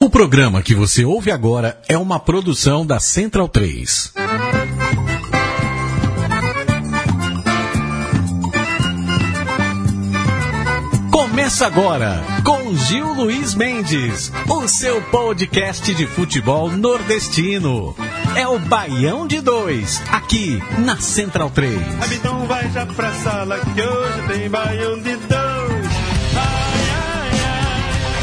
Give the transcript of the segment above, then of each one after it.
O programa que você ouve agora é uma produção da Central 3. Começa agora com Gil Luiz Mendes, o seu podcast de futebol nordestino. É o Baião de 2, aqui na Central 3. Então vai já pra sala que hoje tem Baião de 2. Ai, ai, ai.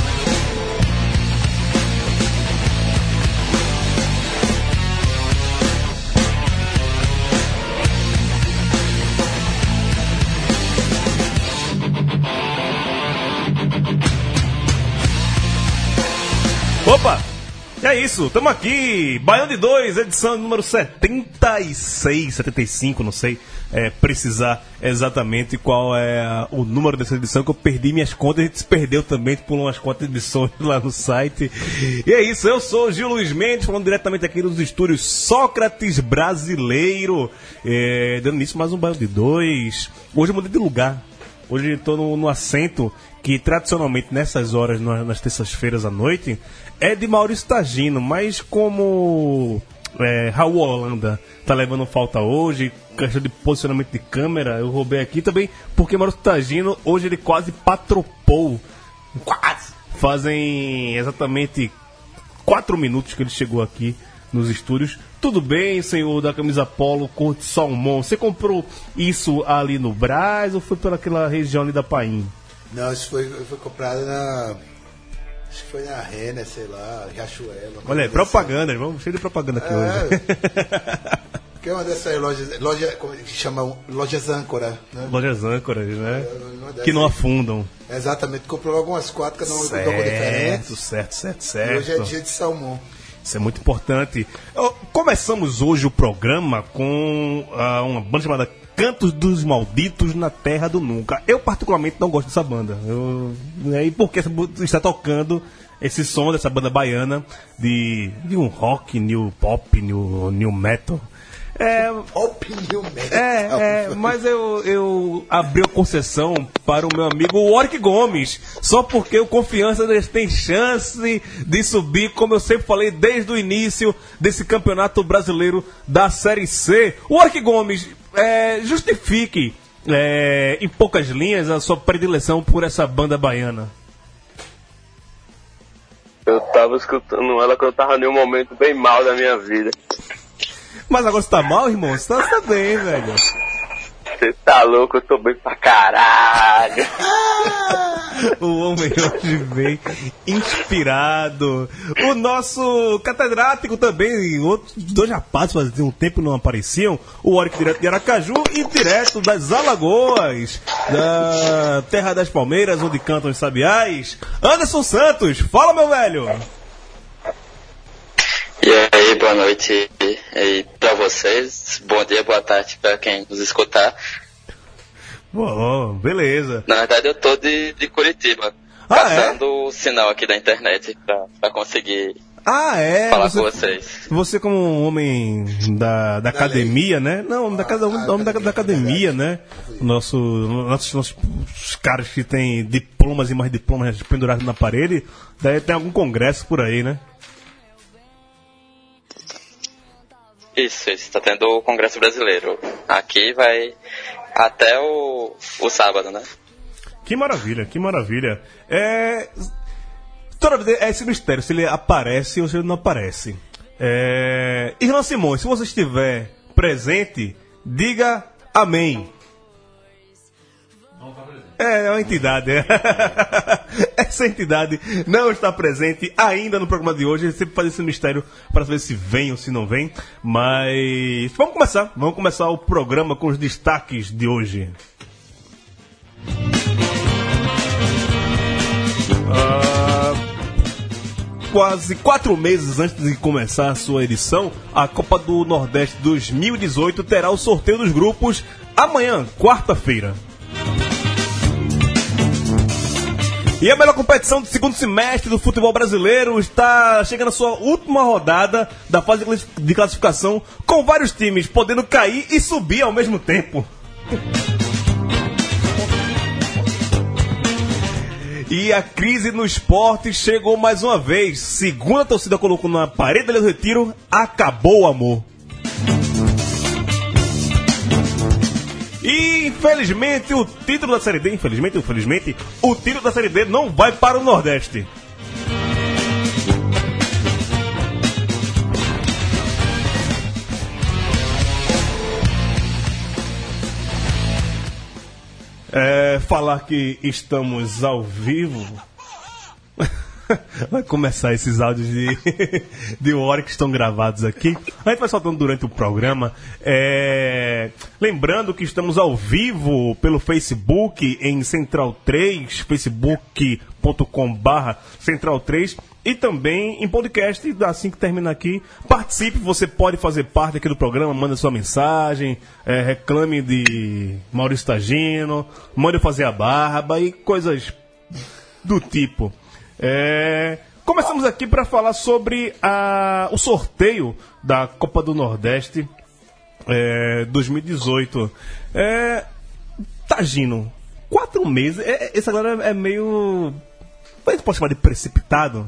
Opa! É isso, estamos aqui, Baião de 2, edição número 76, 75, não sei precisar exatamente qual é o número dessa edição, que eu perdi minhas contas, a gente se perdeu também, pulou umas 4 edições lá no site. E é isso, eu sou o Gil Luiz Mendes, falando diretamente aqui dos estúdios Sócrates Brasileiro, dando início mais um Baião de 2. Hoje eu mudei de lugar, hoje eu estou no assento que tradicionalmente nessas horas, nas terças-feiras à noite, é de Maurício Tagino, mas como Raul Holanda tá levando falta hoje, questão de posicionamento de câmera, eu roubei aqui também, porque Maurício Tagino hoje ele quase patropou. Quase! Fazem exatamente 4 minutos que ele chegou aqui nos estúdios. Tudo bem, senhor da camisa polo, cor de salmão? Você comprou isso ali no Brás ou foi pelaquela região ali da Paim? Não, isso foi comprado na... Acho que foi na Renner, sei lá, Riachuelo. Olha aí, propaganda, irmão, cheio de propaganda aqui hoje. Que é uma dessas lojas, como que chama? Lojas âncora. Né? Lojas âncoras, né? Que não afundam. Exatamente, comprou algumas 4, cada um com um toque diferente. Certo. E hoje é dia de salmão. Isso é muito importante. Começamos hoje o programa com uma banda chamada Cantos dos Malditos na Terra do Nunca. Eu particularmente não gosto dessa banda. E porque está tocando esse som dessa banda baiana de um rock, new pop, new metal. Mas eu abri a concessão para o meu amigo Warwick Gomes, só porque o Confiança tem chance de subir, como eu sempre falei desde o início desse campeonato brasileiro da Série C. Warwick Gomes, justifique em poucas linhas a sua predileção por essa banda baiana. Eu tava escutando ela quando eu tava em um momento bem mal da minha vida. Mas agora você tá mal, irmão? Você tá bem, velho. Você tá louco, eu tô bem pra caralho. O homem hoje vem inspirado. O nosso catedrático também, outros 2 rapazes fazia um tempo não apareciam. O Warwick direto de Aracaju e direto das Alagoas, da terra das palmeiras, onde cantam os sabiás. Anderson Santos, fala, meu velho. E aí, boa noite aí pra vocês, bom dia, boa tarde pra quem nos escutar. Bom, beleza. Na verdade eu tô de Curitiba, passando o sinal aqui da internet pra conseguir falar com vocês. Você como um homem da academia, né? Não, homem da academia, né? Nossos caras que têm diplomas e mais diplomas pendurados na parede, daí tem algum congresso por aí, né? Isso, está tendo o Congresso Brasileiro. Aqui vai até o sábado, né? Que maravilha. Toda vez é esse mistério, se ele aparece ou se ele não aparece. Irmã Simões, se você estiver presente, diga amém. É uma entidade. Essa entidade não está presente ainda no programa de hoje. A gente sempre faz esse mistério para saber se vem ou se não vem. Mas vamos começar o programa com os destaques de hoje. Quase 4 meses antes de começar a sua edição, a Copa do Nordeste 2018 terá o sorteio dos grupos amanhã, quarta-feira. E a melhor competição do segundo semestre do futebol brasileiro está chegando à sua última rodada da fase de classificação, com vários times podendo cair e subir ao mesmo tempo. E a crise no esporte chegou mais uma vez. Segundo a torcida colocou na parede do Retiro, acabou o amor. E infelizmente o título da Série D, infelizmente, o título da Série D não vai para o Nordeste. Falar que estamos ao vivo. Vai começar esses áudios de hora que estão gravados aqui. A gente vai soltando durante o programa. Lembrando que estamos ao vivo pelo Facebook em Central 3, facebook.com/Central 3, e também em podcast. Assim que terminar aqui, participe. Você pode fazer parte aqui do programa, manda sua mensagem, reclame de Maurício Tagino, mande fazer a barba e coisas do tipo. Começamos aqui para falar sobre o sorteio da Copa do Nordeste 2018. Tagino, 4 meses. Esse agora é meio. A gente pode chamar de precipitado?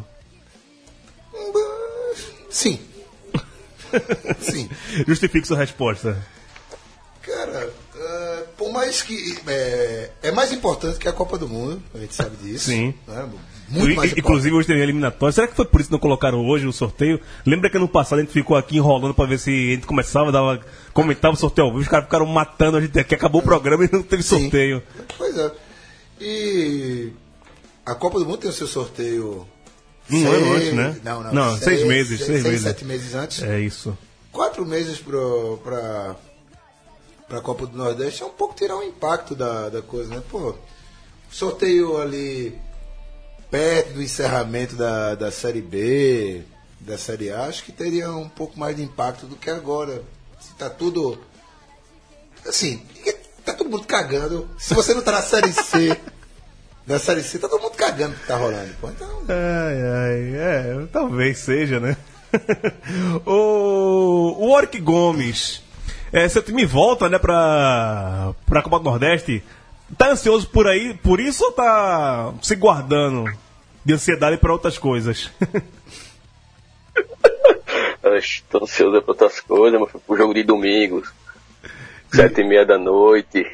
Sim. Sim. Justifique sua resposta. Cara, por mais que. É mais importante que a Copa do Mundo, a gente sabe disso. Sim. Né? Muito mais inclusive hoje tem eliminatório. Será que foi por isso que não colocaram hoje o sorteio? Lembra que ano passado a gente ficou aqui enrolando pra ver se a gente começava, comentava o sorteio ao vivo, os caras ficaram matando a gente aqui, acabou o programa e não teve sorteio. Pois é. E a Copa do Mundo tem o seu sorteio um ano antes, né? Não, 6 meses. 7 meses antes. É isso. 4 meses pra Copa do Nordeste é um pouco tirar o impacto da coisa, né? Pô, sorteio ali perto do encerramento da Série B, da Série A, acho que teria um pouco mais de impacto do que agora. Se tá tudo. Assim, tá todo mundo cagando. Se você não tá na Série C, tá todo mundo cagando que tá rolando. Pô, então. Talvez seja, né? O Warwick Gomes. Seu time volta, né, pra Copa do Nordeste. Tá ansioso por isso ou tá se guardando de ansiedade para outras coisas? Eu estou ansioso para outras coisas, mas foi pro jogo de domingo, 7h30 da noite.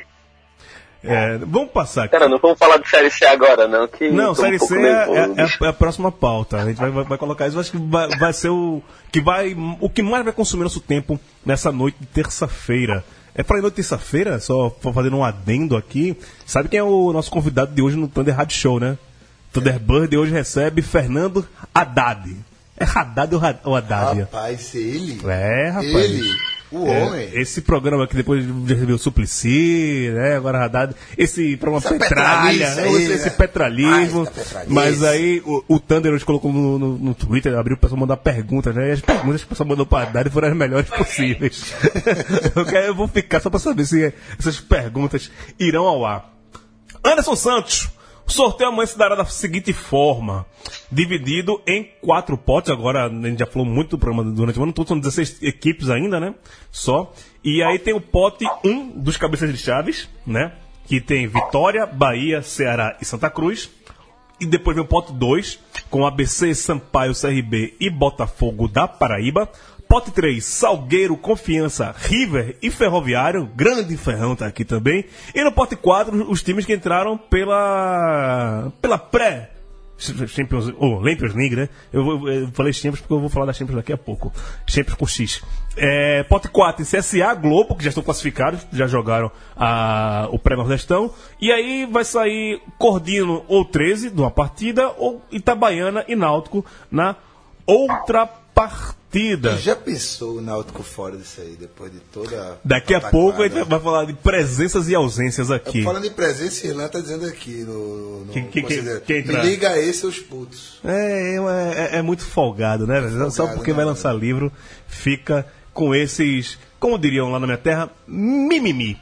Vamos passar aqui. Cara, não vamos falar de Série C agora, não. Não, Série C é a próxima pauta. A gente vai colocar isso. Eu acho que vai ser o que mais vai consumir nosso tempo nessa noite de terça-feira. Falei noite de terça-feira, só fazendo um adendo aqui. Sabe quem é o nosso convidado de hoje no Thunder Rádio Show, né? Thunderbird hoje recebe Fernando Haddad. É Haddad ou Haddad? Rapaz, ele? Rapaz. Ele, o homem. Esse programa aqui depois já recebeu o Suplicy, né? Agora Haddad. Esse programa Petralha, esse petralismo. Mas aí o Thunder hoje colocou no Twitter, abriu o pessoal mandar perguntas, né? E as perguntas que o pessoal mandou para Haddad foram as melhores possíveis. Eu vou ficar só para saber se essas perguntas irão ao ar. Anderson Santos. O sorteio amanhã se dará da seguinte forma: dividido em 4 potes. Agora a gente já falou muito do programa durante o ano todo, são 16 equipes ainda, né? Só. E aí tem o pote 1 dos cabeças de chaves, né? Que tem Vitória, Bahia, Ceará e Santa Cruz. E depois vem o pote 2, com ABC, Sampaio, CRB e Botafogo da Paraíba. Pote 3, Salgueiro, Confiança, River e Ferroviário. Grande Ferrão tá aqui também. E no pote 4, os times que entraram pela Champions League, né? Eu falei Champions porque eu vou falar da Champions daqui a pouco. Champions com X. Pote 4, CSA, Globo, que já estão classificados, já jogaram o pré-nordestão. E aí vai sair Cordino ou 13 de uma partida, ou Itabaiana e Náutico na outra partida. Já pensou o Náutico fora disso aí, depois de toda Daqui a pouco a gente vai falar de presenças e ausências aqui. Falando em presença, Irlan tá dizendo aqui quem me liga aí, seus putos. É muito folgado, né? Só porque vai lançar livro, fica com esses, como diriam lá na minha terra, mimimi.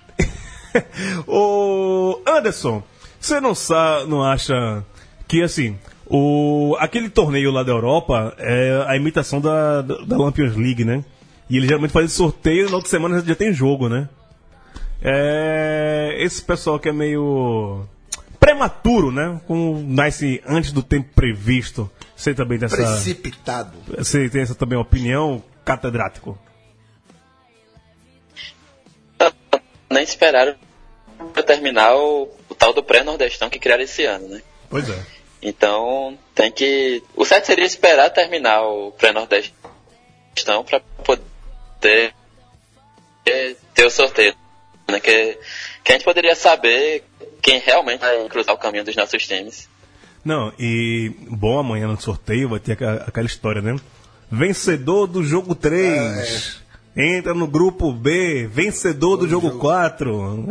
Ô Anderson, você não acha que assim... Aquele torneio lá da Europa é a imitação da Champions League, né? E ele geralmente faz sorteio e na outra semana já tem jogo, né? Esse pessoal que é meio prematuro, né? Como nasce antes do tempo previsto. Você também tem essa... Precipitado. Você tem essa também opinião, catedrático? Nem esperaram para terminar o tal do pré-nordestão que criaram esse ano, né? Pois é. Então, tem que... O certo seria esperar terminar o pré-nordestão para poder ter o sorteio, né? Que a gente poderia saber quem realmente vai cruzar o caminho dos nossos times. Não, e bom, amanhã no sorteio vai ter aquela história, né? Vencedor do jogo 3... Entra no grupo B, vencedor do jogo 4.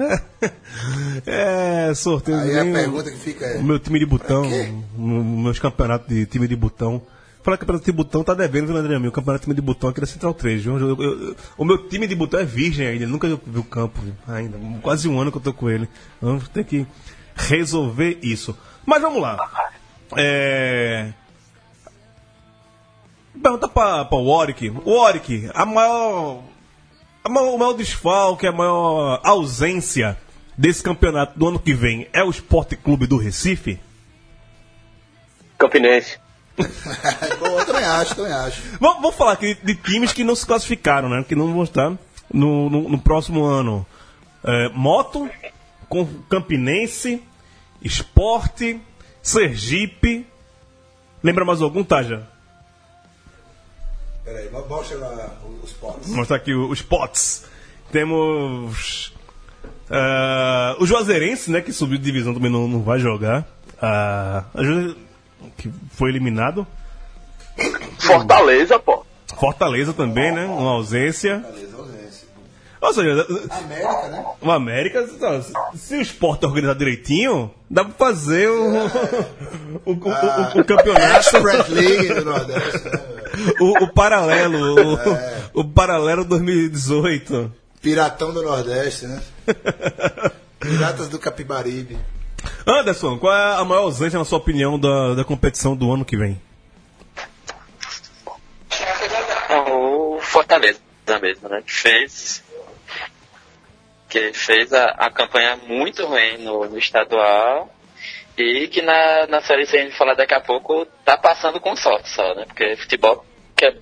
Sorteio. Aí a pergunta que fica é... O meu time de botão, meus campeonatos de time de botão. Falar que o campeonato de botão tá devendo, viu, André? O campeonato de time de botão aqui da Central 3. Viu? O meu time de botão é virgem ainda, ele nunca viu o campo ainda. Quase um ano que eu tô com ele. Vamos ter que resolver isso. Mas vamos lá. Pergunta para o Warwick. Warwick, o maior desfalque, a maior ausência desse campeonato do ano que vem é o Sport Clube do Recife? Campinense. Bom, eu também acho. Vamos falar aqui de times que não se classificaram, né? Que não vão estar no próximo ano. Moto, Campinense, Sport, Sergipe. Lembra mais algum, Taja? Peraí, mostra lá os potes. Mostrar aqui os potes. Temos o Juazeirense, né, que subiu de divisão, também não vai jogar. Que foi eliminado. Fortaleza, pô. Fortaleza também, né? Uma ausência. Ou seja, América, né? O América, se o esporte organizar direitinho, dá pra fazer o campeonato. Express League do Nordeste. O paralelo. O paralelo 2018. Piratão do Nordeste, né? Piratas do Capibaribe. Anderson, qual é a maior ausência, na sua opinião, da competição do ano que vem? O Fortaleza mesmo, né? Que fez a campanha muito ruim no estadual e que na série C, a gente falar daqui a pouco, tá passando com sorte só, né? Porque futebol que é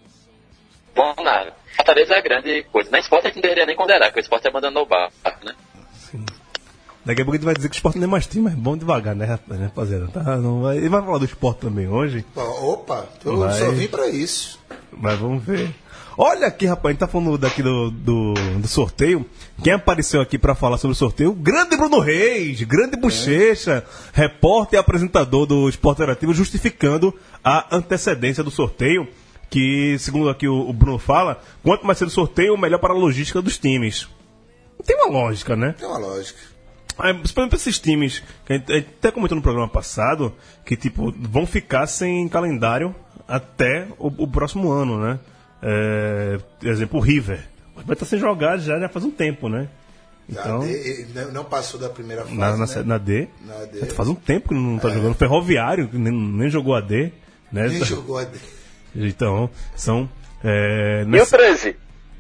bom nada. Fortaleza é grande coisa. Na esporte a gente não deveria nem considerar, porque o esporte é mandando no barco, né? Sim. Daqui a pouco a gente vai dizer que o esporte não é mais time, mas bom devagar, né, rapaziada? Tá, ele vai falar do esporte também hoje. Opa, eu só vim pra isso. Mas vamos ver. Olha aqui, rapaz, a gente tá falando daqui do sorteio. Quem apareceu aqui pra falar sobre o sorteio? O grande Bruno Reis, grande bochecha, repórter e apresentador do Esporte Interativo, justificando a antecedência do sorteio, que, segundo aqui o Bruno fala, quanto mais cedo o sorteio, melhor para a logística dos times. Tem uma lógica, né? Tem uma lógica. Principalmente para esses times, que a gente até comentou no programa passado, que tipo, vão ficar sem calendário até o próximo ano, né? Exemplo, o River vai estar sem jogar já faz um tempo, né? Então, não passou da primeira fase, na D. Faz um tempo que não está jogando. Ferroviário nem jogou a D, né? Nem jogou a D. Então, são... E o 13?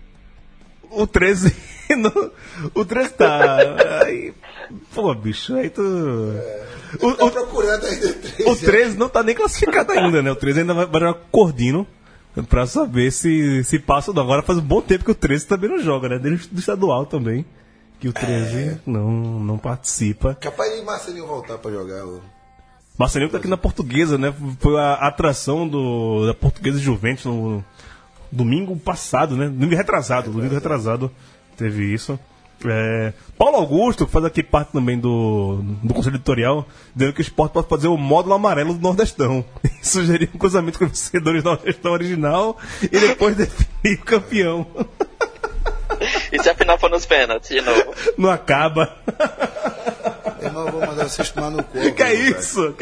O 13... o 13 tá... Aí, pô, bicho, aí tu... Tô procurando ainda o 13. O 13 não tá nem classificado ainda, né? O 13 ainda vai jogar com Cordino pra saber se passa ou não. Agora faz um bom tempo que o 13 também não joga, né? Desde do estadual também, que o 13 não participa. Capaz de Marcelinho voltar pra jogar. Marcelinho tá aqui na Portuguesa, né? Foi a atração da Portuguesa de Juventus no domingo passado, né? Domingo retrasado teve isso. Paulo Augusto, que faz aqui parte também do Conselho Editorial, dizendo que o esporte pode fazer o módulo amarelo do Nordestão. Sugerir um cruzamento com os vencedores do Nordestão original e depois definir o campeão. E se a final for nos pênaltis de novo? Não acaba. Eu vou mandar vocês tomar no cu. Que é isso?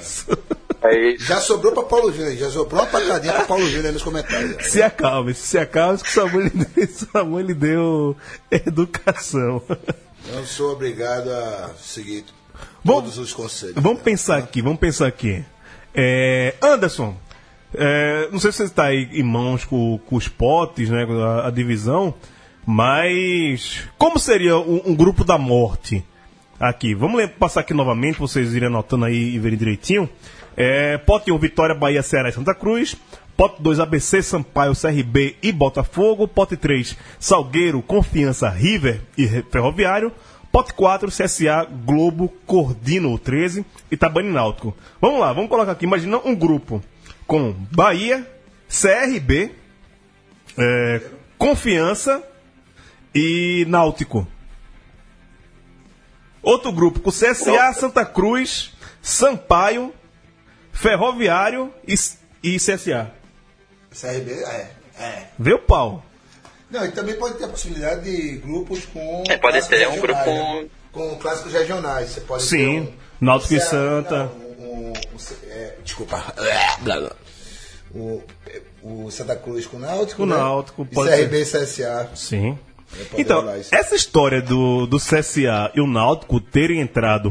Já sobrou pra Paulo Júnior, já sobrou uma patadinha pra Paulo Júnior aí nos comentários. Se acalme, que Samuel lhe deu educação. Não sou obrigado a seguir todos os conselhos. Vamos pensar aqui. Anderson, não sei se você está aí em mãos com os potes, né, a divisão, mas como seria um grupo da morte? aqui. Vamos passar aqui novamente, vocês irem anotando aí e verem direitinho. Pote 1, Vitória, Bahia, Ceará e Santa Cruz. Pote 2, ABC, Sampaio, CRB e Botafogo. Pote 3, Salgueiro, Confiança, River e Ferroviário. Pote 4, CSA, Globo, Cordino, 13 e Itabani Náutico. Vamos lá, vamos colocar aqui, imagina um grupo com Bahia, CRB, Confiança e Náutico. Outro grupo com CSA, Santa Cruz, Sampaio, Ferroviário e CSA. CRB, Vê o pau. Não, e também pode ter a possibilidade de grupos com... pode ter um grupo com clássicos regionais. Você pode Sim, ter Náutico e Santa. Desculpa. O Santa Cruz com o Náutico, O né? Náutico, E pode CRB e CSA. Sim. Pode Então, rolar isso. essa história do CSA e o Náutico terem entrado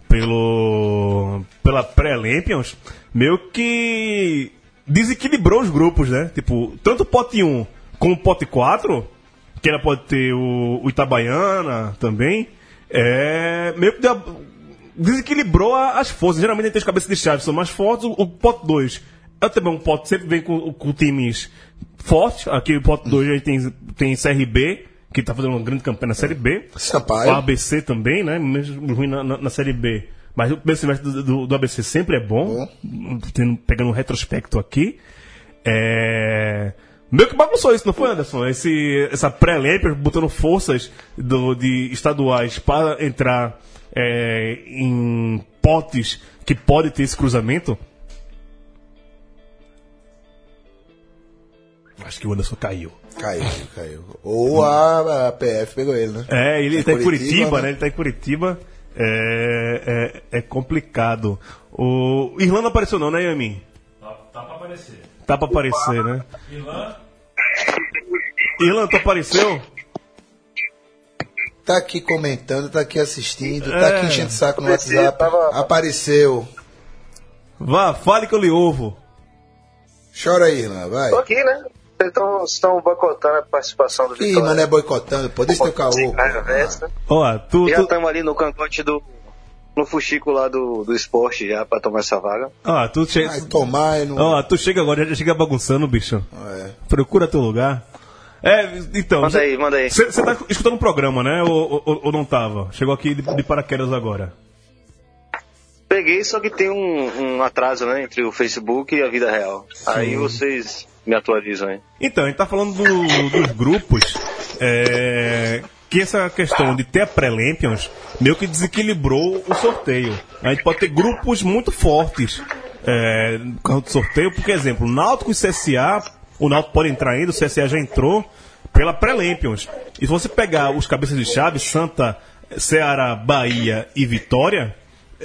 pela Pré-Lampions, meio que desequilibrou os grupos, né? Tipo, tanto o pote 1 como o pote 4, que ela pode ter o Itabaiana também, meio que desequilibrou as forças. Geralmente entre as cabeças de chave são mais fortes. O pote 2 é também um pote sempre vem com times fortes. Aqui o pote 2 aí tem CRB, que está fazendo uma grande campanha na Série B. Sampaio. O ABC também, né? Mesmo ruim na Série B. Mas o primeiro semestre do ABC sempre é bom. Pegando um retrospecto aqui. Meio que bagunçou isso, não foi, Anderson? Essa pré-Lampions botando forças de estaduais para entrar em potes que pode ter esse cruzamento. Acho que o Anderson caiu. Caiu. Ou a PF pegou ele, né? Ele tá em Curitiba, né? Ele tá em Curitiba. É complicado. O Irlan não apareceu não, né, Yamin? Tá pra aparecer. Tá pra aparecer, né? Irlan, tu apareceu? Tá aqui comentando, tá aqui assistindo, tá aqui enchendo o saco no WhatsApp. Apareceu. Vá, fale que eu lhe ouvo. Chora aí, Irlan, vai. Tô aqui, né? Vocês estão boicotando a participação do Vitória. Ih, mas não é boicotando, pô, deixa teu caô. Ó, Já estamos ali no cangote no fuxico lá do esporte já pra tomar essa vaga. Tu chega. Vai tomar e não... Tu chega agora, já chega bagunçando, bicho. Procura teu lugar. Então. Manda aí. Você tá escutando um programa, né? Ou não tava? Chegou aqui de paraquedas agora. Peguei, só que tem um atraso, né? Entre o Facebook e a vida real. Sim. Aí vocês me atualizam aí. Então, a gente tá falando dos grupos. Que essa questão de ter a pré-Lampions meio que desequilibrou o sorteio. A gente pode ter grupos muito fortes no carro de sorteio, porque, exemplo, Náutico e CSA, o Náutico pode entrar ainda, o CSA já entrou pela pré-Lampions. E se você pegar os cabeças de chave, Santa, Ceará, Bahia e Vitória,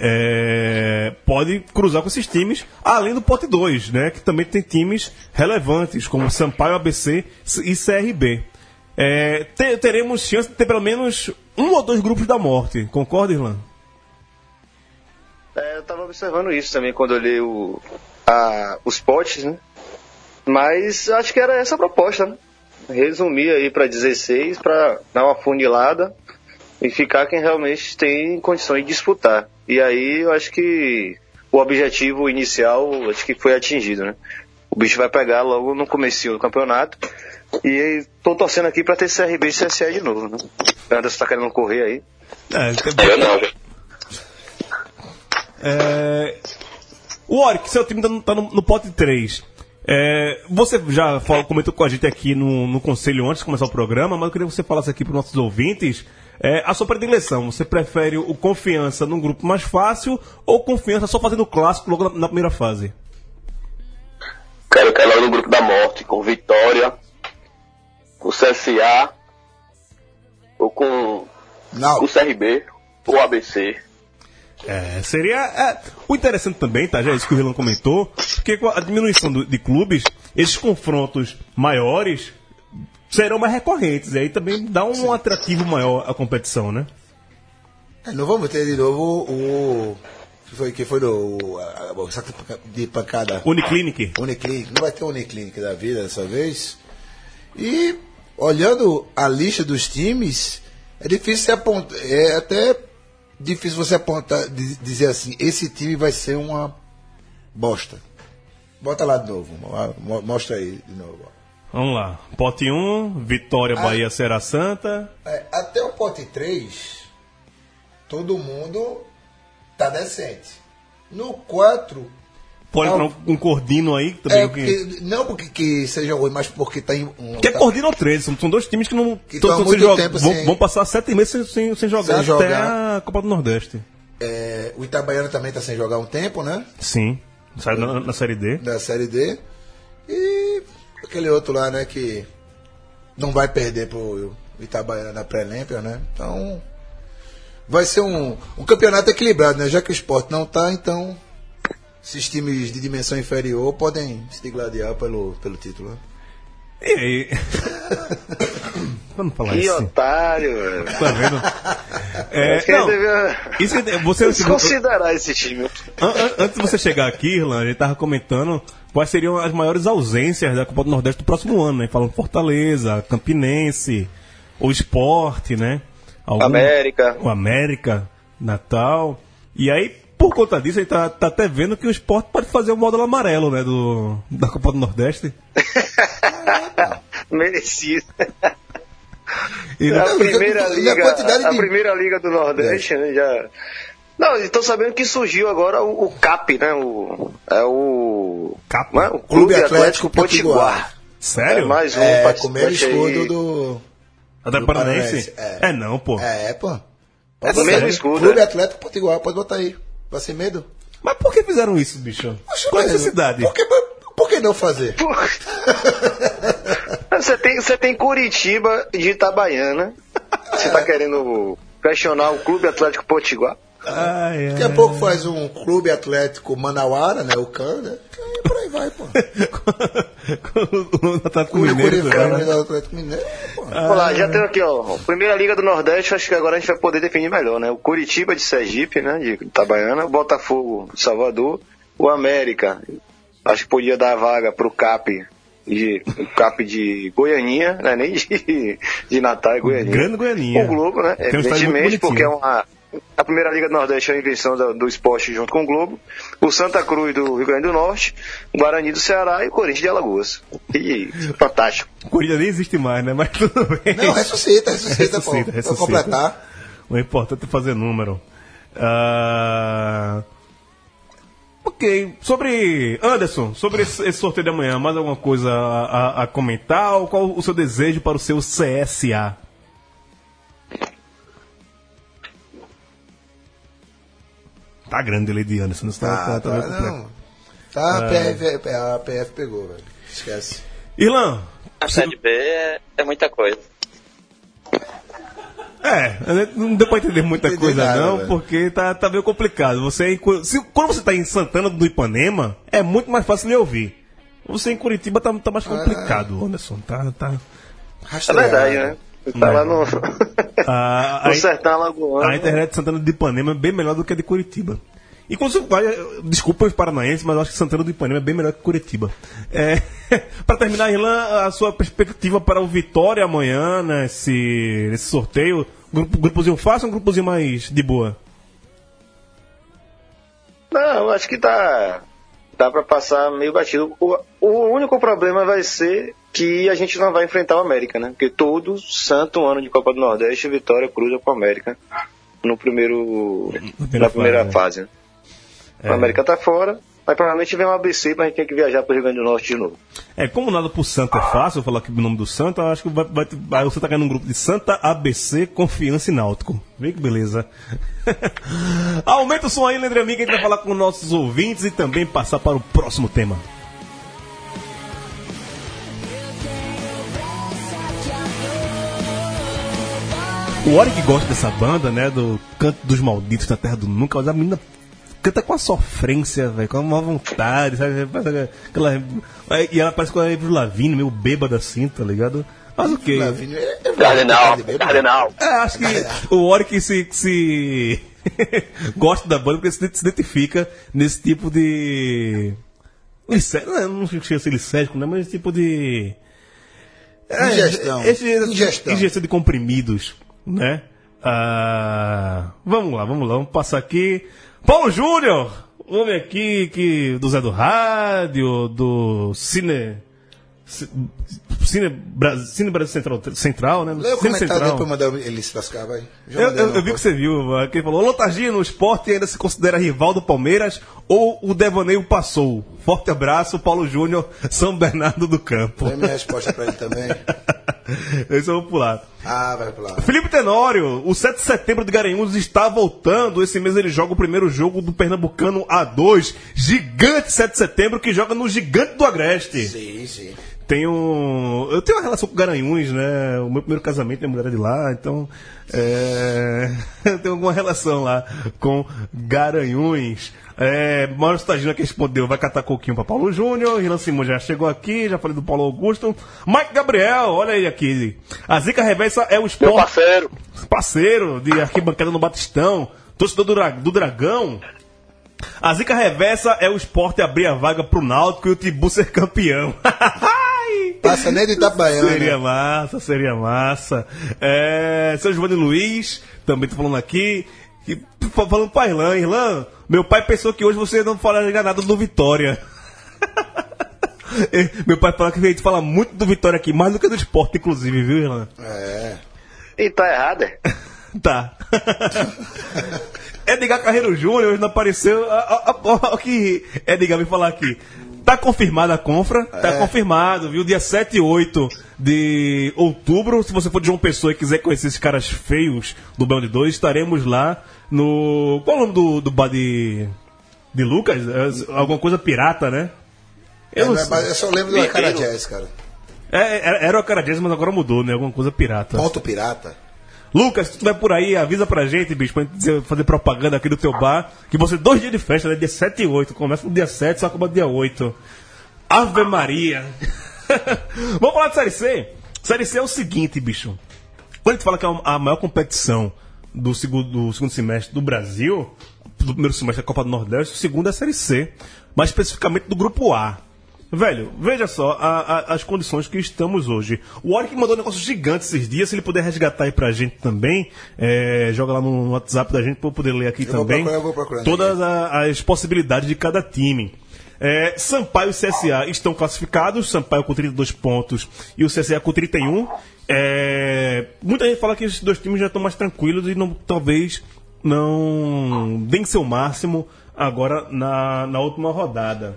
pode cruzar com esses times, além do pote 2, né, que também tem times relevantes, como Sampaio, ABC e CRB. Teremos chance de ter pelo menos um ou dois grupos da morte. Concorda, Irlan? Eu estava observando isso também quando eu li os potes, né? Mas acho que era essa a proposta, né? Resumir aí para 16, para dar uma funilada e ficar quem realmente tem condições de disputar. E aí eu acho que o objetivo inicial acho que foi atingido, né? O bicho vai pegar logo no comecinho do campeonato. E tô torcendo aqui pra ter CRB e CSA de novo, né? O Anderson tá querendo correr aí. Eu não. O Oric, seu time tá no pote 3. Você já comentou com a gente aqui no conselho antes de começar o programa, mas eu queria que você falasse aqui para os nossos ouvintes a sua predileção. Você prefere o Confiança num grupo mais fácil ou Confiança só fazendo o clássico logo na primeira fase? Quero cair logo no grupo da morte, com Vitória, com CSA, ou com o CRB, ou ABC. Seria o interessante também, tá? Já é isso que o Rilan comentou, porque com a diminuição de clubes, esses confrontos maiores serão mais recorrentes, e aí também dá um atrativo maior à competição, né? Não vamos ter de novo o que foi o saco de pancada. Uniclinic. Não vai ter Uniclinic da vida dessa vez. E olhando a lista dos times, é difícil se apontar. É até difícil você apontar, dizer assim, esse time vai ser uma bosta. Bota lá de novo, mostra aí de novo. Vamos lá. Pote 1, Vitória, Bahia, Serra Santa. Até o pote 3, todo mundo tá decente. No 4... Pode entrar um Cordino aí também. Não porque seja ruim, mas porque tá em... Que é Cordino ou 13, são dois times que não que estão há muito tempo vão passar 7 meses sem jogar até a Copa do Nordeste. O Itabaiana também está sem jogar um tempo, né? Sim, sai na Série D. Da Série D. E aquele outro lá, né, que não vai perder pro Itabaiana na pré-olímpica, né? Então, vai ser um campeonato equilibrado, né? Já que o Sport não tá, então... Esses times de dimensão inferior podem se degladiar pelo título. E aí? Vamos falar que isso. Que otário, velho. Tá vendo? Você considerar esse time. Antes de você chegar aqui, Irlan, a gente tava comentando quais seriam as maiores ausências da Copa do Nordeste do próximo ano, né? Falando Fortaleza, Campinense, o Sport, né? O América, Natal. E aí, por conta disso, a gente tá até vendo que o Sport pode fazer o módulo amarelo, né, da Copa do Nordeste. Merecido. A primeira liga do Nordeste, né, já... Não, estou sabendo que surgiu agora o CAP, né, o CAP? O Clube Atlético Potiguar. Sério? Mais um comer o escudo do Paranaense? Não, pô. Pô. É do mesmo escudo. Clube Atlético Potiguar, pode botar aí. Vai sem medo? Mas por que fizeram isso, bicho? Qual é a necessidade? Por que não fazer? Você tem Curitiba de Itabaiana. Você tá querendo questionar o Clube Atlético Potiguar? Daqui a pouco faz um Clube Atlético Manauara, né? O CAN, né? E por aí vai, pô. O Atlético Mineiro. Atlético Mineiro, pô. Vamos lá, já tem aqui, ó. Primeira Liga do Nordeste, acho que agora a gente vai poder definir melhor, né? O Curitiba de Sergipe, né? De Itabaiana, o Botafogo de Salvador, o América. Acho que podia dar a vaga pro CAP de Goianinha, né? Nem de Natal e Goianinha. Grande Goianinha. O Globo, né? Evidentemente, porque a Primeira Liga do Nordeste é a invenção do esporte junto com o Globo, o Santa Cruz do Rio Grande do Norte, o Guarani do Ceará e o Corinthians de Alagoas. E fantástico. O Corinthians nem existe mais, né? Mas tudo bem. Não, ressuscita, pra completar. O importante é fazer número. Ok, Anderson, sobre esse sorteio de amanhã, mais alguma coisa a comentar? Ou qual o seu desejo para o seu CSA? Tá grande ele de Anderson, tá não. A PF pegou, velho. Esquece. Irlan. A Série B é muita coisa. Não deu pra entender muita coisa nada, não, velho. porque tá meio complicado. Quando você tá em Santana do Ipanema, é muito mais fácil de ouvir. Você em Curitiba tá mais complicado, Anderson. Tá. É verdade, né? Você tá lá no Sertão Alagoano. A internet de Santana do Ipanema é bem melhor do que a de Curitiba. E quando você vai, desculpa os paranaenses, mas eu acho que Santana do Ipanema é bem melhor que Curitiba. Para terminar, Irlan, a sua perspectiva para o Vitória amanhã, nesse sorteio, grupozinho fácil ou um grupozinho mais de boa? Não, acho que dá para passar meio batido. O único problema vai ser que a gente não vai enfrentar o América, né? Porque todo santo ano de Copa do Nordeste, Vitória cruza com o América na primeira fase. Né? O América tá fora, mas provavelmente vem um ABC pra gente ter que viajar pro Rio Grande do Norte de novo. Como nada pro Santa é fácil, eu falar aqui o nome do Santa, eu acho que você tá caindo num grupo de Santa, ABC, Confiança e Náutico. Vê que beleza. Aumenta o som aí, Leandro Amiga, que a gente vai falar com nossos ouvintes e também passar para o próximo tema. O Ori que gosta dessa banda, né, do Canto dos Malditos na Terra do Nunca, mas a menina canta com a sofrência, velho, com uma vontade, sabe? E ela parece com a Avril Lavigne, meio bêbada assim, tá ligado? Mas o quê? Cardenal. Acho que o Ori que se gosta da banda porque se identifica nesse tipo de... Não chega a ser licérgico, né? Mas esse tipo de... Ingestão de comprimidos, né? Vamos lá, vamos passar aqui. Paulo Júnior, homem aqui do Zé do Rádio, do Cine Brasil Central, né? Lê o Cine comentário Central. dele pra mandar ele se lascar, vai. Eu vi que você viu, que ele falou: Lotargia no esporte ainda se considera rival do Palmeiras ou o devaneio passou? Forte abraço, Paulo Júnior, São Bernardo do Campo. Dê minha resposta pra ele também. Esse eu vou pular. Vai pular. Felipe Tenório, o 7 de setembro de Garanhuns está voltando. Esse mês ele joga o primeiro jogo do Pernambucano A2. Gigante 7 de setembro, que joga no Gigante do Agreste. Sim. Eu tenho uma relação com Garanhuns, né? O meu primeiro casamento, minha mulher é de lá, então eu tenho alguma relação lá com Garanhuns. Mauro Stagina que respondeu, vai catar coquinho para Paulo Júnior. Rilan Simão já chegou aqui, já falei do Paulo Augusto. Mike Gabriel, olha aí aqui. A zica reversa é o esporte. Meu Parceiro de arquibancada no Batistão, torcedor do Dragão. A zica reversa é o esporte abrir a vaga pro Náutico e o Tibu ser campeão. Passa nem de Itabaiana. Seria massa. Seu Giovanni Luiz, também tô falando aqui. Falando pra Irlan, meu pai pensou que hoje você não falaria nada do Vitória. Meu pai fala que a gente fala muito do Vitória aqui, mais do que do esporte, inclusive, viu, Irlan? E tá errado, é? Tá. Edgar Carreiro Júnior hoje não apareceu. O que Edgar veio falar aqui? Tá confirmada a confra? Tá confirmado, viu? Dia 7 e 8 de outubro. Se você for de João Pessoa e quiser conhecer esses caras feios do Baião de 2, estaremos lá no... Qual é o nome do bar de Lucas? Alguma coisa pirata, né? Eu só lembro do Acara Jazz, cara. Era o Acara Jazz, mas agora mudou, né? Alguma coisa pirata. Ponto pirata. Lucas, se tu vai por aí, avisa pra gente, bicho, pra gente fazer propaganda aqui do teu bar, que você 2 dias de festa, né? Dia 7 e 8. Começa no dia 7, só acaba no dia 8. Ave Maria. Vamos falar de Série C? Série C é o seguinte, bicho. Quando a gente fala que é a maior competição do segundo semestre do Brasil, do primeiro semestre da Copa do Nordeste, o segundo é a Série C. Mais especificamente do Grupo A. Velho, veja só as condições que estamos hoje. O Warwick mandou um negócio gigante esses dias. Se ele puder resgatar aí pra gente também, joga lá no WhatsApp da gente pra eu poder ler aqui também. Eu vou procurar. Todas as possibilidades de cada time. Sampaio e CSA estão classificados. Sampaio com 32 pontos e o CSA com 31. Muita gente fala que esses dois times já estão mais tranquilos e talvez não deem seu máximo agora na última rodada.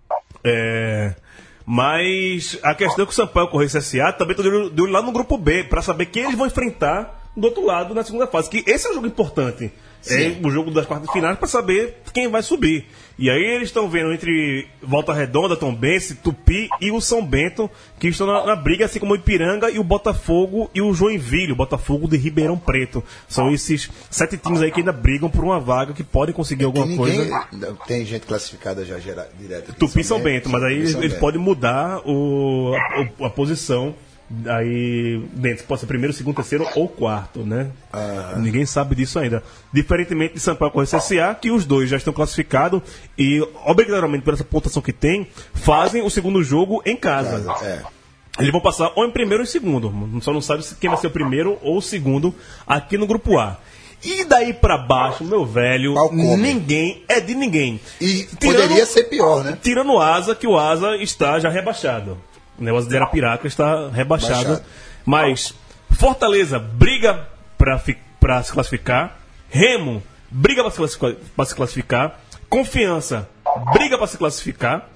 Mas a questão é que o Sampaio Correia e o CSA também estão de olho lá no grupo B para saber quem eles vão enfrentar do outro lado na segunda fase, que esse é um jogo importante. É o jogo das quartas de finais para saber quem vai subir. E aí eles estão vendo entre Volta Redonda, Tombense, Tupi e o São Bento, que estão na briga, assim como o Ipiranga e o Botafogo e o Joinville, o Botafogo de Ribeirão Preto. São esses 7 times aí que ainda brigam por uma vaga, que podem conseguir alguma coisa. Tem gente classificada já direto. Tupi e São Bento, mas aí eles podem mudar a posição. Aí dentro pode ser primeiro, segundo, terceiro ou quarto, né? Ninguém sabe disso ainda. Diferentemente de Sampaio Correia e CSA, que os dois já estão classificados e, obrigatoriamente, por essa pontuação que tem, fazem o segundo jogo em casa. Eles vão passar ou em primeiro ou em segundo. Só não sabe quem vai ser o primeiro ou o segundo aqui no grupo A. E daí pra baixo, meu velho, ninguém é de ninguém. E poderia ser pior, né? Tirando o Asa, que o Asa está já rebaixado. O negócio de Arapiraca está rebaixado. Mas Fortaleza briga para se classificar. Remo briga para se classificar. Confiança briga para se classificar.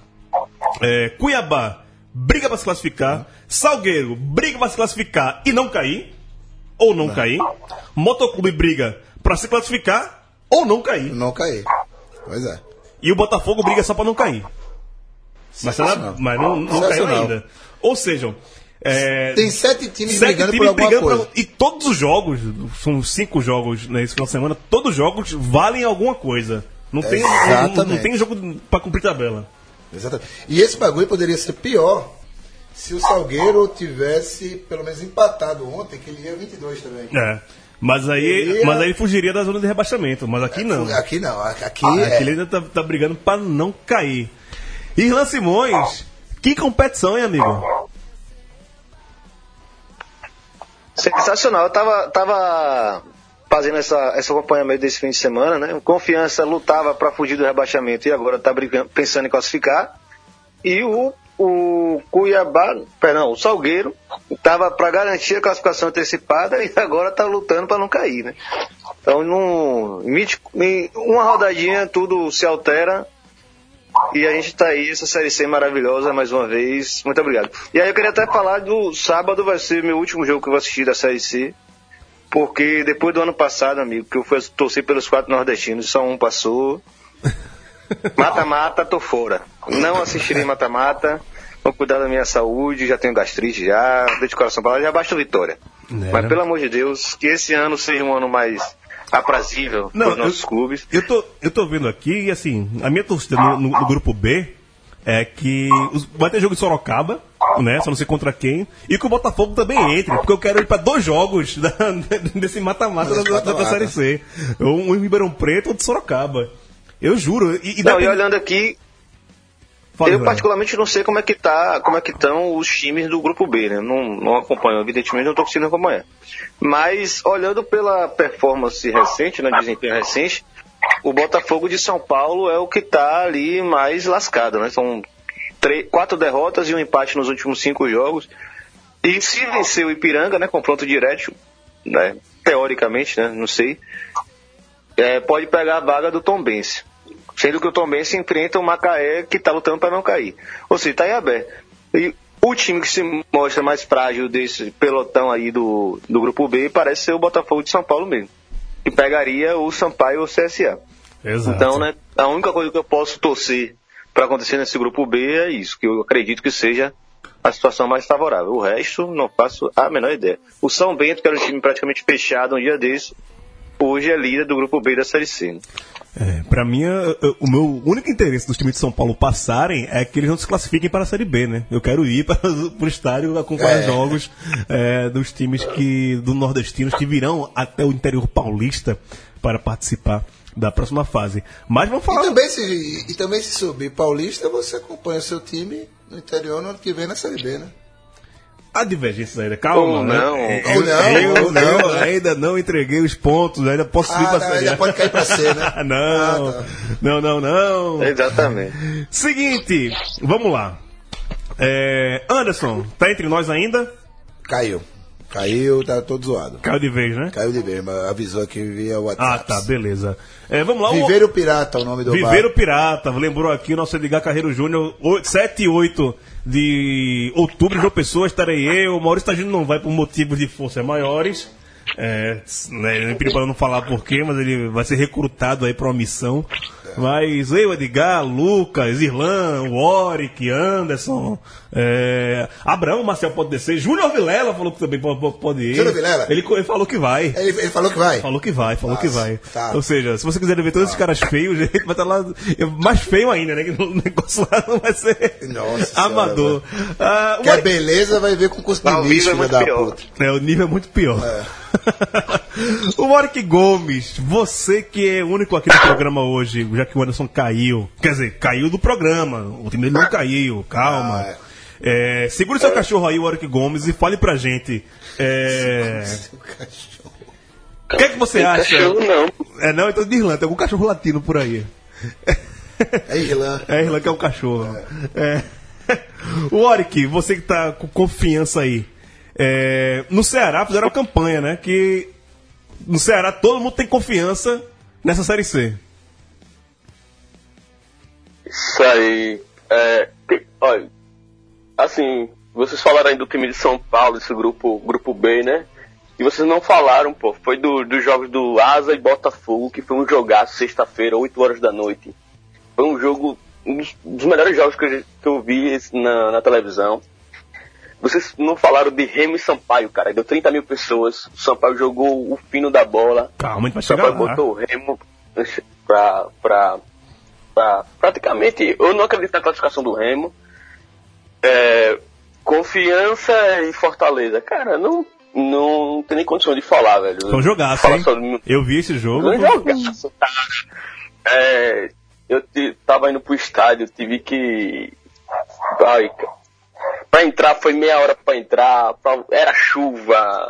Cuiabá briga para se classificar. Salgueiro briga para se classificar e não cair. Ou não cair. Motoclube briga para se classificar ou não cair. Não cair. Pois é. E o Botafogo briga só para não cair. Mas não caiu ainda. Ou seja, tem 7 times brigando por alguma coisa. E todos os jogos, são 5 jogos nesse final de semana, todos os jogos valem alguma coisa. Não tem jogo para cumprir tabela. Exatamente. E esse bagulho poderia ser pior se o Salgueiro tivesse pelo menos empatado ontem, que ele ia 22 também. Mas aí ele fugiria da zona de rebaixamento. Mas aqui não. Aqui não. Aqui ele ainda tá brigando para não cair. Irlan Simões, que competição, hein, amigo? Sensacional. Eu tava fazendo esse acompanhamento desse fim de semana, né? Confiança lutava para fugir do rebaixamento e agora está pensando em classificar. E o Salgueiro estava para garantir a classificação antecipada e agora está lutando para não cair, né? Então, em uma rodadinha tudo se altera e a gente está aí, essa Série C maravilhosa mais uma vez. Muito obrigado. E aí eu queria até falar do sábado, vai ser meu último jogo que eu vou assistir da Série C, porque depois do ano passado, amigo, que eu fui torcer pelos 4 nordestinos, só um passou. Mata-mata, tô fora. Não assistirei mata-mata. Vou cuidar da minha saúde, já tenho gastrite, já deixo o coração pra lá, já basta vitória. Mas pelo amor de Deus, que esse ano seja um ano mais aprazível para os nossos clubes. Eu tô vendo aqui, e assim, a minha torcida no grupo B é que vai ter jogo em Sorocaba, né? Só não sei contra quem, e que o Botafogo também entre, porque eu quero ir para 2 jogos desse mata-mata da Série C. Um em Ribeirão Preto, outro em Sorocaba. Eu juro. E olhando aqui, particularmente não sei como é que estão os times do grupo B, né? Não acompanho, evidentemente não estou conseguindo acompanhar. Mas olhando pela performance recente, né, desempenho recente, o Botafogo de São Paulo é o que está ali mais lascado, né? São 4 derrotas e um empate nos últimos 5 jogos. E se vencer o Ipiranga, né, confronto direto, né, teoricamente, né, não sei, pode pegar a vaga do Tombense. Sendo que o Tombense enfrenta o Macaé, que está lutando para não cair. Ou seja, está em aberto. E o time que se mostra mais frágil desse pelotão aí do grupo B parece ser o Botafogo de São Paulo mesmo, que pegaria o Sampaio ou o CSA. Exato. Então, né, a única coisa que eu posso torcer para acontecer nesse grupo B é isso, que eu acredito que seja a situação mais favorável. O resto, não faço a menor ideia. O São Bento, que era um time praticamente fechado um dia desse, hoje é líder do grupo B da Série C. Pra mim, o meu único interesse dos times de São Paulo passarem é que eles não se classifiquem para a Série B, né? Eu quero ir para o estádio acompanhar jogos dos times do nordestinos que virão até o interior paulista para participar da próxima fase. Mas vamos falar... E também se subir paulista, você acompanha seu time no interior no ano que vem na Série B, né? Há divergências ainda, calma, ou né? não. Eu ainda não entreguei os pontos, ainda posso subir pra Série A. Ainda pode cair pra C, né? Não. Exatamente. Seguinte, vamos lá. Anderson, tá entre nós ainda? Caiu, tá todo zoado. Caiu de vez, né? Caiu de vez, mas avisou aqui via WhatsApp. Ah, tá, beleza. Vamos lá. Viveiro Pirata, o nome do bar. Viveiro Pirata, lembrou aqui o nosso Edgar Carreiro Júnior, 7 e 8 de outubro, João Pessoa, estarei eu. O Maurício Tagino não vai por motivos de forças maiores. Ele pediu para não falar porquê, mas ele vai ser recrutado aí para uma missão. Mas eu, Edgar, Lucas, Irlan, Warwick, Anderson, Abraão, Marcel pode descer, Júnior Vilela falou que também pode ir. Júnior Vilela? Ele falou que vai. Ele falou que vai? Falou que vai. Tá. Ou seja, se você quiser ver todos esses caras feios, a gente vai estar lá, mais feio ainda, né? Que o negócio lá não vai ser amador. Que beleza vai ver com custo de lixo, filho da puta. O nível é muito pior. O Warwick Gomes, você que é o único aqui no programa hoje, já que o Anderson caiu, quer dizer, caiu do programa, o time dele não caiu, calma. Segure seu cachorro aí, Warwick Gomes, e fale pra gente. O que é que você acha? Cachorro não. Não, então de Irlanda, tem algum cachorro latino por aí. É Irlanda. É Irlanda que é o cachorro. Warwick, você que tá com confiança aí. No Ceará fizeram uma campanha, né? Que no Ceará todo mundo tem confiança nessa Série C. Isso aí. Olha, assim, vocês falaram aí do time de São Paulo, esse grupo B, né? E vocês não falaram, pô, foi dos jogos do Asa e Botafogo, que foi um jogaço sexta-feira, 8 horas da noite. Foi um jogo, um dos melhores jogos que eu vi na televisão. Vocês não falaram de Remo e Sampaio, cara. Deu 30 mil pessoas. O Sampaio jogou o fino da bola. Calma, a gente vai chegar lá. O Sampaio botou o Remo pra praticamente... Eu não acredito na classificação do Remo. Confiança e Fortaleza. Cara, não tem nem condição de falar, velho. Foi um jogaço, hein? Eu vi esse jogo. Foi um jogaço, cara. Eu tava indo pro estádio, tive que... Pra entrar, foi meia hora pra entrar, era chuva,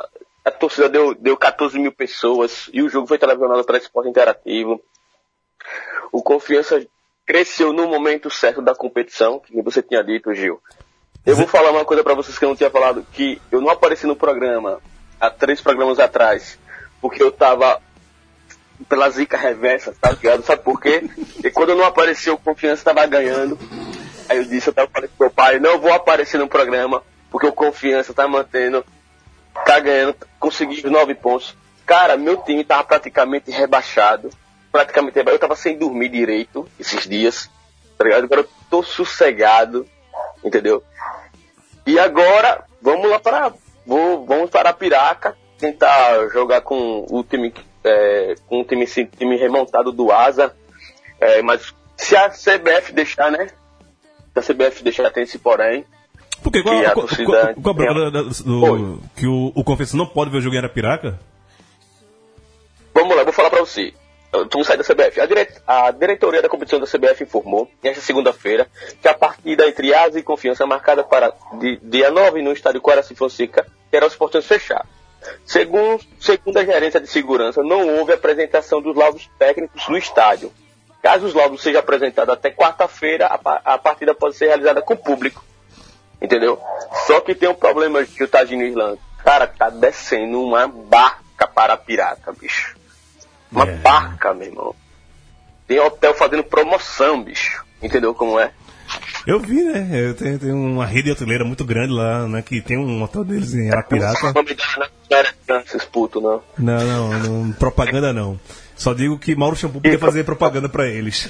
a torcida deu 14 mil pessoas e o jogo foi televisionado para Esporte Interativo. O Confiança cresceu no momento certo da competição, que você tinha dito, Gil. Eu vou falar uma coisa para vocês que eu não tinha falado, que eu não apareci no programa há 3 programas atrás, porque eu tava pela zica reversa, tá ligado? Sabe por quê? E quando eu não apareci, o Confiança tava ganhando. Aí eu falei pro meu pai, não vou aparecer no programa, porque o Confiança tá ganhando, conseguiu 9 pontos. Cara, meu time tava praticamente rebaixado. Eu tava sem dormir direito esses dias, tá ligado? Agora eu tô sossegado, entendeu? E agora, vamos para a Piraca, tentar jogar com o time, time remontado do Asa. Mas se a CBF deixar, né? Se a CBF deixar, tem esse porém. Porque qual a problema que o Confiança não pode ver o jogo em Arapiraca? Vamos lá, vou falar pra você. Vamos sair da CBF. A diretoria da competição da CBF informou, nesta segunda-feira, que a partida entre Asa e Confiança, marcada para dia 9 no estádio Coraci Fonseca, terá os portões fechados. Segundo a gerência de segurança, não houve apresentação dos laudos técnicos no estádio. Caso os laudos sejam apresentados até quarta-feira, a partida pode ser realizada com o público. Entendeu? Só que tem um problema que o Tagino Irlanda. Cara, tá descendo uma barca para a Piraca, bicho. Uma barca, meu irmão. Tem hotel fazendo promoção, bicho. Entendeu como é? Eu vi, né? Tem uma rede hoteleira muito grande lá, né? Que tem um hotel deles em Arapiraca. Não era esses putos, não. Não, propaganda não. Só digo que Mauro Shampoo podia fazer propaganda pra eles.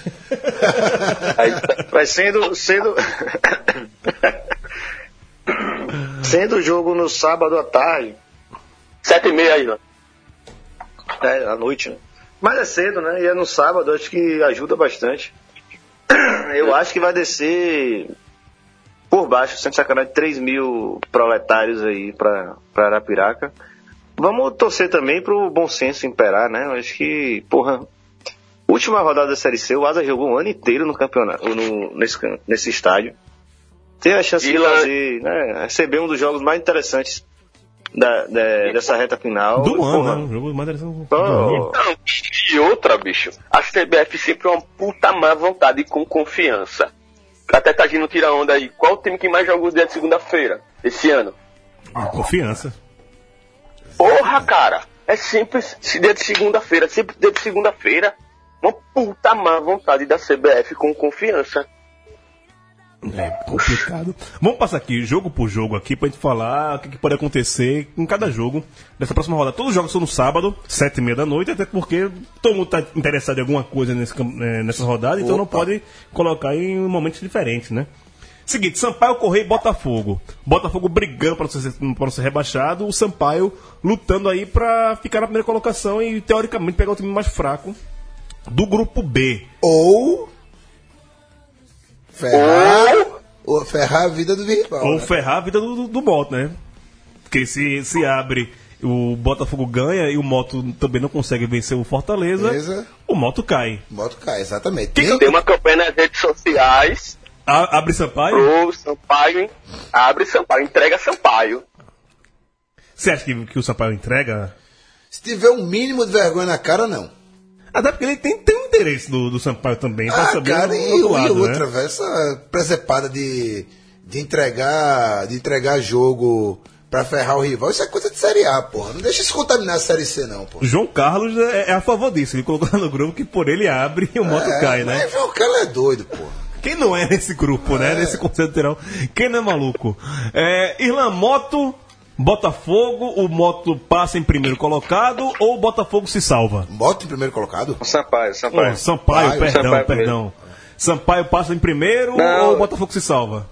Vai sendo o jogo no sábado à tarde. 7h30 aí, né? À noite, né? Mas é cedo, né? E é no sábado, acho que ajuda bastante. Eu acho que vai descer por baixo, sem sacanagem, 3 mil proletários aí pra Arapiraca. Vamos torcer também pro bom senso imperar, né? Eu acho que, última rodada da Série C, o Asa jogou um ano inteiro no campeonato, nesse estádio. Tem a chance de fazer, né, receber um dos jogos mais interessantes dessa reta final. Do ano, né? Jogo mais interessante. E outra, bicho, a CBF sempre é uma puta má vontade e com confiança. Até Tagino tira onda aí. Qual o time que mais joga os dias de segunda-feira esse ano? Confiança. Porra, cara, é sempre dia de segunda-feira, sempre dia de segunda-feira. Uma puta má vontade da CBF com confiança. É complicado. Vamos passar aqui, jogo por jogo aqui, pra gente falar o que pode acontecer em cada jogo dessa próxima rodada. Todos os jogos são no sábado, 7h30 da noite, até porque todo mundo tá interessado em alguma coisa nessa rodada, então não pode colocar em momentos diferentes, né? Seguinte, Sampaio, Correia e Botafogo. Botafogo brigando para não ser rebaixado, o Sampaio lutando aí pra ficar na primeira colocação e, teoricamente, pegar o time mais fraco do grupo B. Ou ferrar a vida do rival. Ou ferrar a vida do Moto, né? Porque se abre, o Botafogo ganha e o Moto também não consegue vencer o Fortaleza, o Moto cai. O Moto cai, exatamente. Tem uma campanha nas redes sociais. Abre Sampaio? Sampaio, abre Sampaio, entrega Sampaio. Você acha que o Sampaio entrega? Se tiver um mínimo de vergonha na cara, não. Até porque ele tem um interesse do Sampaio também. Pra saber cara, e outra, né? velho, essa presepada de entregar jogo pra ferrar o rival, isso é coisa de Série A, porra. Não deixa isso contaminar a Série C, não, porra. João Carlos é a favor disso. Ele colocou no grupo que por ele abre e o Moto cai, né? Mas João Carlos é doido, porra. Quem não é nesse grupo, né? Nesse conceito geral. Quem não é maluco? Irlan, Moto, Botafogo, o Moto passa em primeiro colocado ou o Botafogo se salva? Moto em primeiro colocado? Sampaio. Perdão. Sampaio passa em primeiro ou o Botafogo se salva?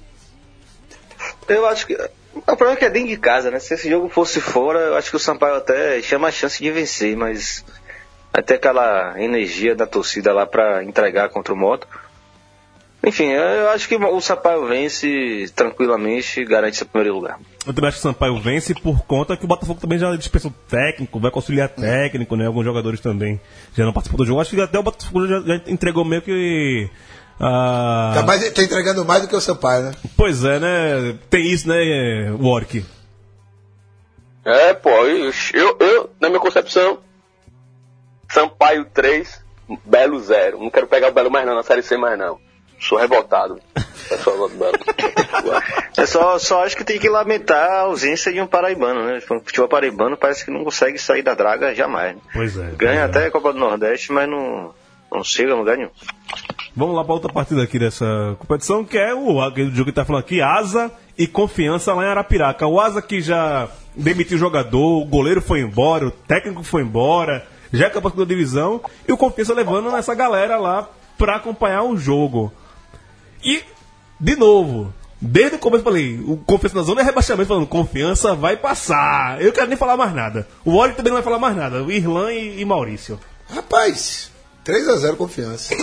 Eu acho que o problema é que é dentro de casa, né? Se esse jogo fosse fora, eu acho que o Sampaio até tinha mais chance de vencer, mas até aquela energia da torcida lá pra entregar contra o Moto. Enfim, eu acho que o Sampaio vence tranquilamente e garante seu primeiro lugar. Eu também acho que o Sampaio vence por conta que o Botafogo também já dispensou técnico, vai conciliar técnico, né? Alguns jogadores também já não participam do jogo. Acho que até o Botafogo já entregou meio que... Tá entregando mais do que o Sampaio, né? Pois é, né? Tem isso, né, Warwick? Pô, eu, na minha concepção, Sampaio 3, Belo 0. Não quero pegar o Belo mais não, na Série C mais não. Sou revoltado. Pessoal do Belo. Só acho que tem que lamentar a ausência de um paraibano, né? O futebol paraibano parece que não consegue sair da draga jamais. Né? Pois é. Ganha até a Copa do Nordeste, mas não chega a lugar nenhum. Vamos lá para outra partida aqui dessa competição, que é aquele jogo que tá falando aqui, Asa e Confiança lá em Arapiraca. O Asa que já demitiu o jogador, o goleiro foi embora, o técnico foi embora, já acabou a segunda divisão, e o Confiança levando essa galera lá para acompanhar o jogo. E, de novo, desde o começo eu falei, o Confiança na zona é rebaixamento, falando, Confiança vai passar. Eu não quero nem falar mais nada. O Oli também não vai falar mais nada, o Irlan e Maurício. Rapaz, 3-0 Confiança.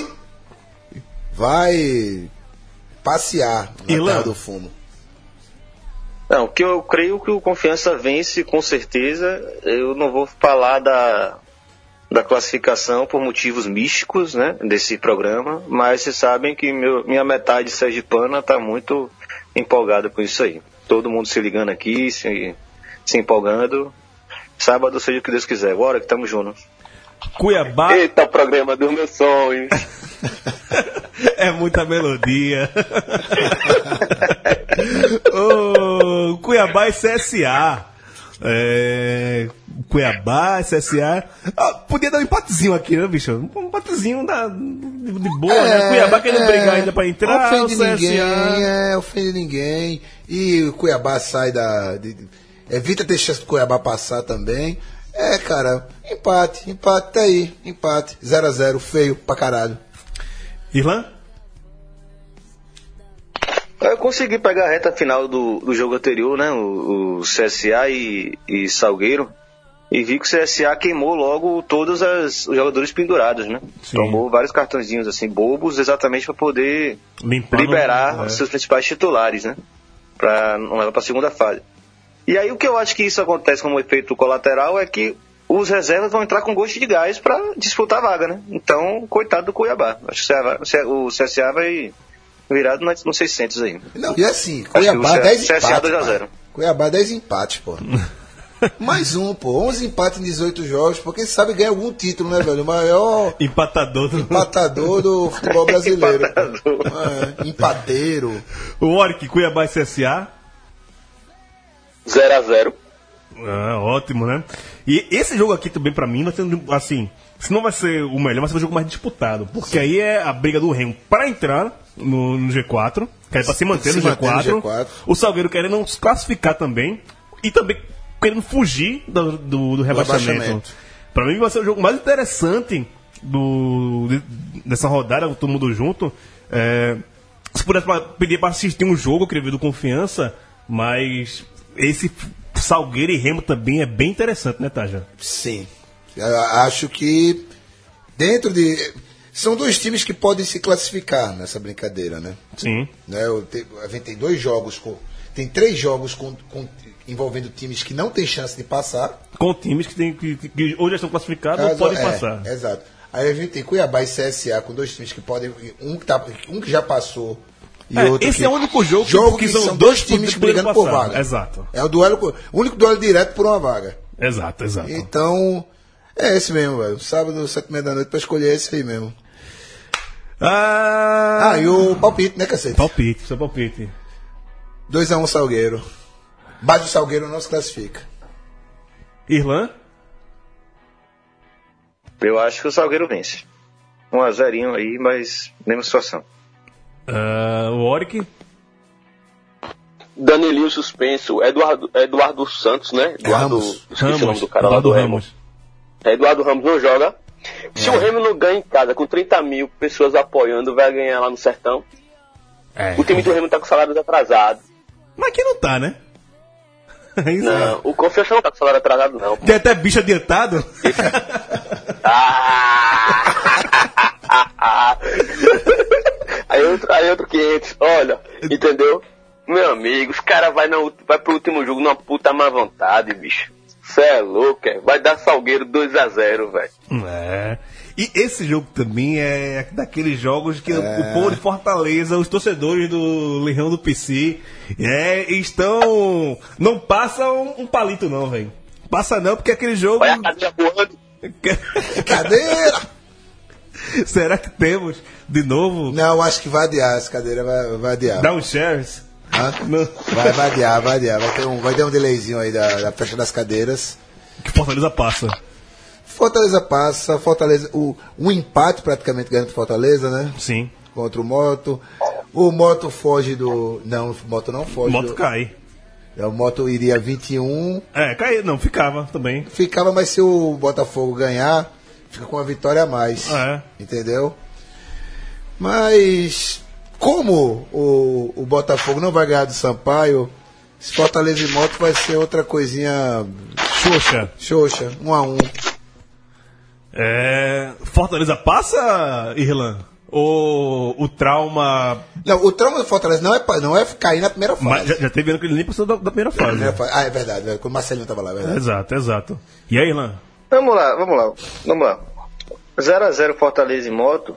Vai passear na Terra do Fumo. Não, que eu creio que o Confiança vence com certeza. Eu não vou falar da classificação por motivos místicos, né, desse programa, mas vocês sabem que minha metade sergipana está muito empolgada com isso aí. Todo mundo se ligando aqui, se empolgando. Sábado, seja o que Deus quiser. Bora que estamos juntos. Cuiabá. Eita, o programa dos meus sonhos. É muita melodia. Cuiabá e CSA. Cuiabá, CSA. Podia dar um empatezinho aqui, né, bicho? Um empatezinho de boa, né? Cuiabá querendo brigar ainda pra entrar. Ofende ninguém, ofende ninguém. E o Cuiabá sai evita ter chance do Cuiabá passar também. Cara, empate, tá aí, empate. 0-0, feio pra caralho. Irlan? Eu consegui pegar a reta final do jogo anterior, né? O CSA e Salgueiro. E vi que o CSA queimou logo todos os jogadores pendurados, né? Sim. Tomou vários cartõezinhos assim, bobos, exatamente para poder liberar seus principais titulares, né? Para não levar para a segunda fase. E aí o que eu acho que isso acontece como efeito colateral é que os reservas vão entrar com gosto de gás para disputar a vaga, né? Então, coitado do Cuiabá. Acho que o CSA vai virado nos 600 aí. Não, e assim, Cuiabá 10 empates. CSA 2-0. Cuiabá 10 empates, pô. Mais 11 empates em 18 jogos, porque sabe ganhar algum título, né, velho? O maior empatador do futebol brasileiro. Empateiro. O Oric, Cuiabá e CSA 0-0. Ótimo, né? E esse jogo aqui também pra mim vai ser, assim, se não vai ser o melhor, vai ser o jogo mais disputado, porque aí é a briga do Remo pra entrar no G4, que é pra se manter no G4. O Salgueiro querendo se classificar também, e também querendo fugir do rebaixamento. Pra mim vai ser o jogo mais interessante dessa rodada, todo mundo junto. Se pudesse pedir pra assistir um jogo, eu queria ver do Confiança, mas esse Salgueiro e Remo também é bem interessante, né, Taja? Sim. Eu acho que são dois times que podem se classificar nessa brincadeira, né? Sim. A gente tem 2 jogos, tem 3 jogos envolvendo times que não tem chance de passar. Com times que ou já estão classificados ou podem passar. Exato. Aí a gente tem Cuiabá e CSA com 2 times que podem. Um que já passou. E outro esse é o único jogo que são 2 times brigando por vaga. Exato. É o único duelo direto por uma vaga. Exato. Então, é esse mesmo, velho. Sábado, 7h30 da noite, pra escolher esse aí mesmo. E o palpite, né, cacete? Seu palpite. 2-1 Salgueiro. Mas o Salgueiro não se classifica. Irlan? Eu acho que o Salgueiro vence. 1-0 aí, mas mesma situação. O Oric? Danilinho suspenso. Eduardo Santos, né? Esqueci o nome do cara lá do Remo. Eduardo Ramos não joga. Se o Remo não ganha em casa com 30 mil pessoas apoiando, vai ganhar lá no Sertão. O time do Remo tá com salários atrasados. Mas que não tá, né? Não, o Confiança não tá com salário atrasado, não. Tem até bicho adiantado? Aí outro 500, olha, entendeu? Meu amigo, os caras vai pro último jogo numa puta má vontade, bicho. Cê é louco, vai dar Salgueiro 2-0, velho. E esse jogo também é daqueles jogos que o povo de Fortaleza, os torcedores do Leão do PC, estão... Não passam um palito não, velho. Passa não, porque aquele jogo... Olha a cadeira voando. Cadeira! Será que temos de novo? Não, acho que vai adiar. Essa cadeira vai adiar. Dá um shares? Não. Vai adiar. Vai ter um delayzinho aí da festa das cadeiras. Que Fortaleza passa. Fortaleza passa. Um empate praticamente ganha pro Fortaleza, né? Sim. Contra o Moto. O Moto foge do... Não, o Moto não foge. O Moto cai. O Moto iria 21. Caiu. Não, ficava também. Ficava, mas se o Botafogo ganhar, fica com uma vitória a mais. Entendeu? Mas... Como o Botafogo não vai ganhar do Sampaio, Fortaleza e Moto vai ser outra coisinha... Xoxa, 1-1. Fortaleza passa, Irlan? Ou o trauma... Não, o trauma do Fortaleza não é cair na primeira fase. Mas já teve ano que ele nem passou da primeira fase. É verdade. Quando o Marcelinho estava lá, é verdade. Exato. E aí, Irlan? Vamos lá. 0-0 Fortaleza e Moto.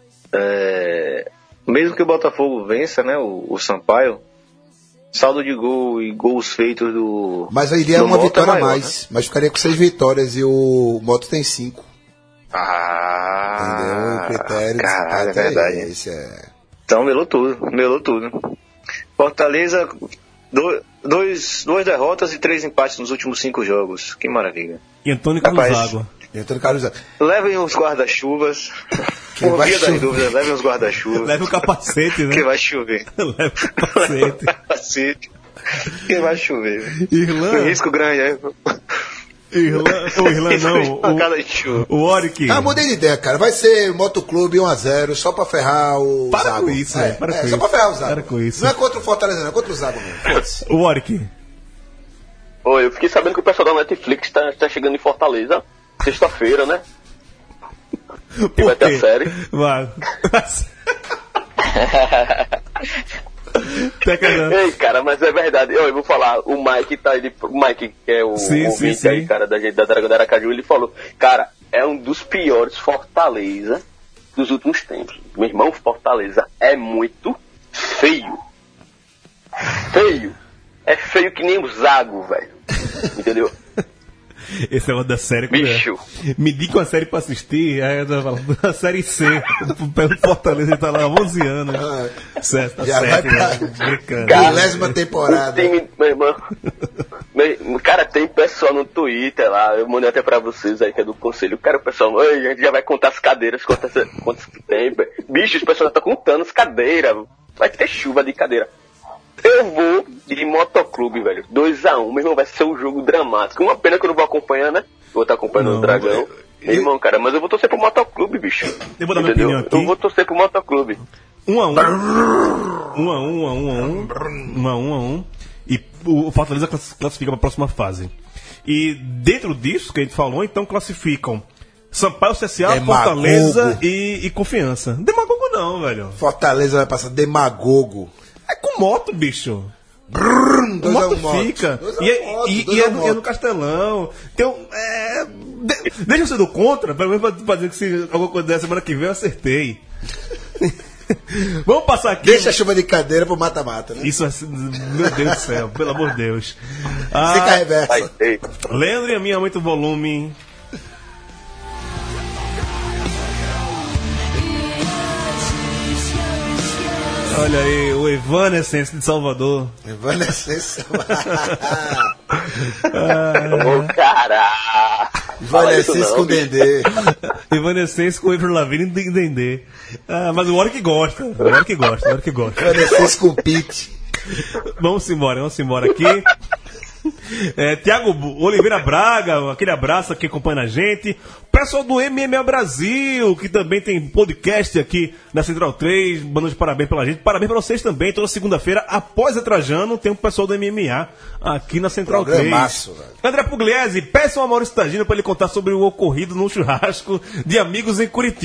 Mesmo que o Botafogo vença, né, o Sampaio, saldo de gol e gols feitos do... Mas iria uma Moto vitória a maior, mais. Né? Mas ficaria com 6 vitórias e o Moto tem 5. Entendeu? O critério... Caralho, é verdade. Então melou tudo. Fortaleza, duas derrotas e 3 empates nos últimos 5 jogos. Que maravilha. E Antônio Carlos Água. Levem os guarda-chuvas. Por via das dúvidas, levem os guarda-chuvas. Leve o capacete, né? Que vai chover. Leve o capacete. Que vai chover. Irlan. Risco grande, né? Irlan não. O Oric. Mudei de ideia, cara. Vai ser Motoclube 1-0 só pra ferrar o Zago. Com isso, só pra ferrar o Zago. Para com isso. Não é contra o Fortaleza, não. É contra o Zago mesmo. O Oric. Oi, eu fiquei sabendo que o pessoal da Netflix tá chegando em Fortaleza sexta-feira, né? Que vai ter a série. Vai. Ei, cara, mas é verdade. Eu vou falar, o Mike tá aí, o Mike, que é o ouvinte aí, cara, da gente da Dragão da Aracaju, ele falou, cara, é um dos piores Fortaleza dos últimos tempos. Meu irmão, Fortaleza é muito feio. É feio que nem o Zago, velho. Entendeu? Esse é uma da série. Bicho. Me diga uma série pra assistir. Aí eu tava falando da série C. O Fortaleza tá lá há 11 anos. Certo, tá já certo. Vai brincando. 10ª temporada. Meu irmão. Cara, tem pessoal no Twitter lá. Eu mandei até pra vocês aí que é do conselho. Cara, o pessoal, a gente já vai contar as cadeiras, quantas que tem. Bicho, os pessoal já tá contando as cadeiras. Vai ter chuva de cadeira. Eu vou de Motoclube, velho. 2-1, meu irmão, vai ser um jogo dramático. Uma pena que eu não vou acompanhar, né? Vou estar acompanhando o Dragão. Meu irmão, cara, mas eu vou torcer pro Motoclube, bicho. Eu vou dar minha opinião aqui. Eu vou torcer pro Motoclube. 1-1. E o Fortaleza classifica pra próxima fase. E dentro disso que a gente falou, então classificam Sampaio, CSA, Fortaleza e Confiança. Demagogo não, velho. Fortaleza vai passar Demagogo. É com moto, bicho. O moto fica. E é no Castelão. Então, deixa eu ser do contra, pelo menos pra dizer que se alguma coisa der semana que vem eu acertei. Vamos passar aqui. Deixa a chuva de cadeira pro mata-mata, né? Isso, meu Deus do céu, pelo amor de Deus. Fica reversa. Leandro e a minha, muito volume. Olha aí, o Evanescence de Salvador. Evanescence. Ô, caralho. Evanescence com Dendê. Evanescence com Avril Lavigne e Dendê. Mas o Oric gosta. Evanescence com Pete. Vamos embora aqui. Tiago Oliveira Braga, aquele abraço que acompanha a gente. Pessoal do MMA Brasil, que também tem podcast aqui na Central 3, mandando de parabéns pela gente. Parabéns pra vocês também. Toda segunda-feira, após a Trajano, tem um pessoal do MMA aqui na Central 3. Velho. André Pugliese, peçam a Maurício Tagino para ele contar sobre o ocorrido num churrasco de amigos em Curitiba.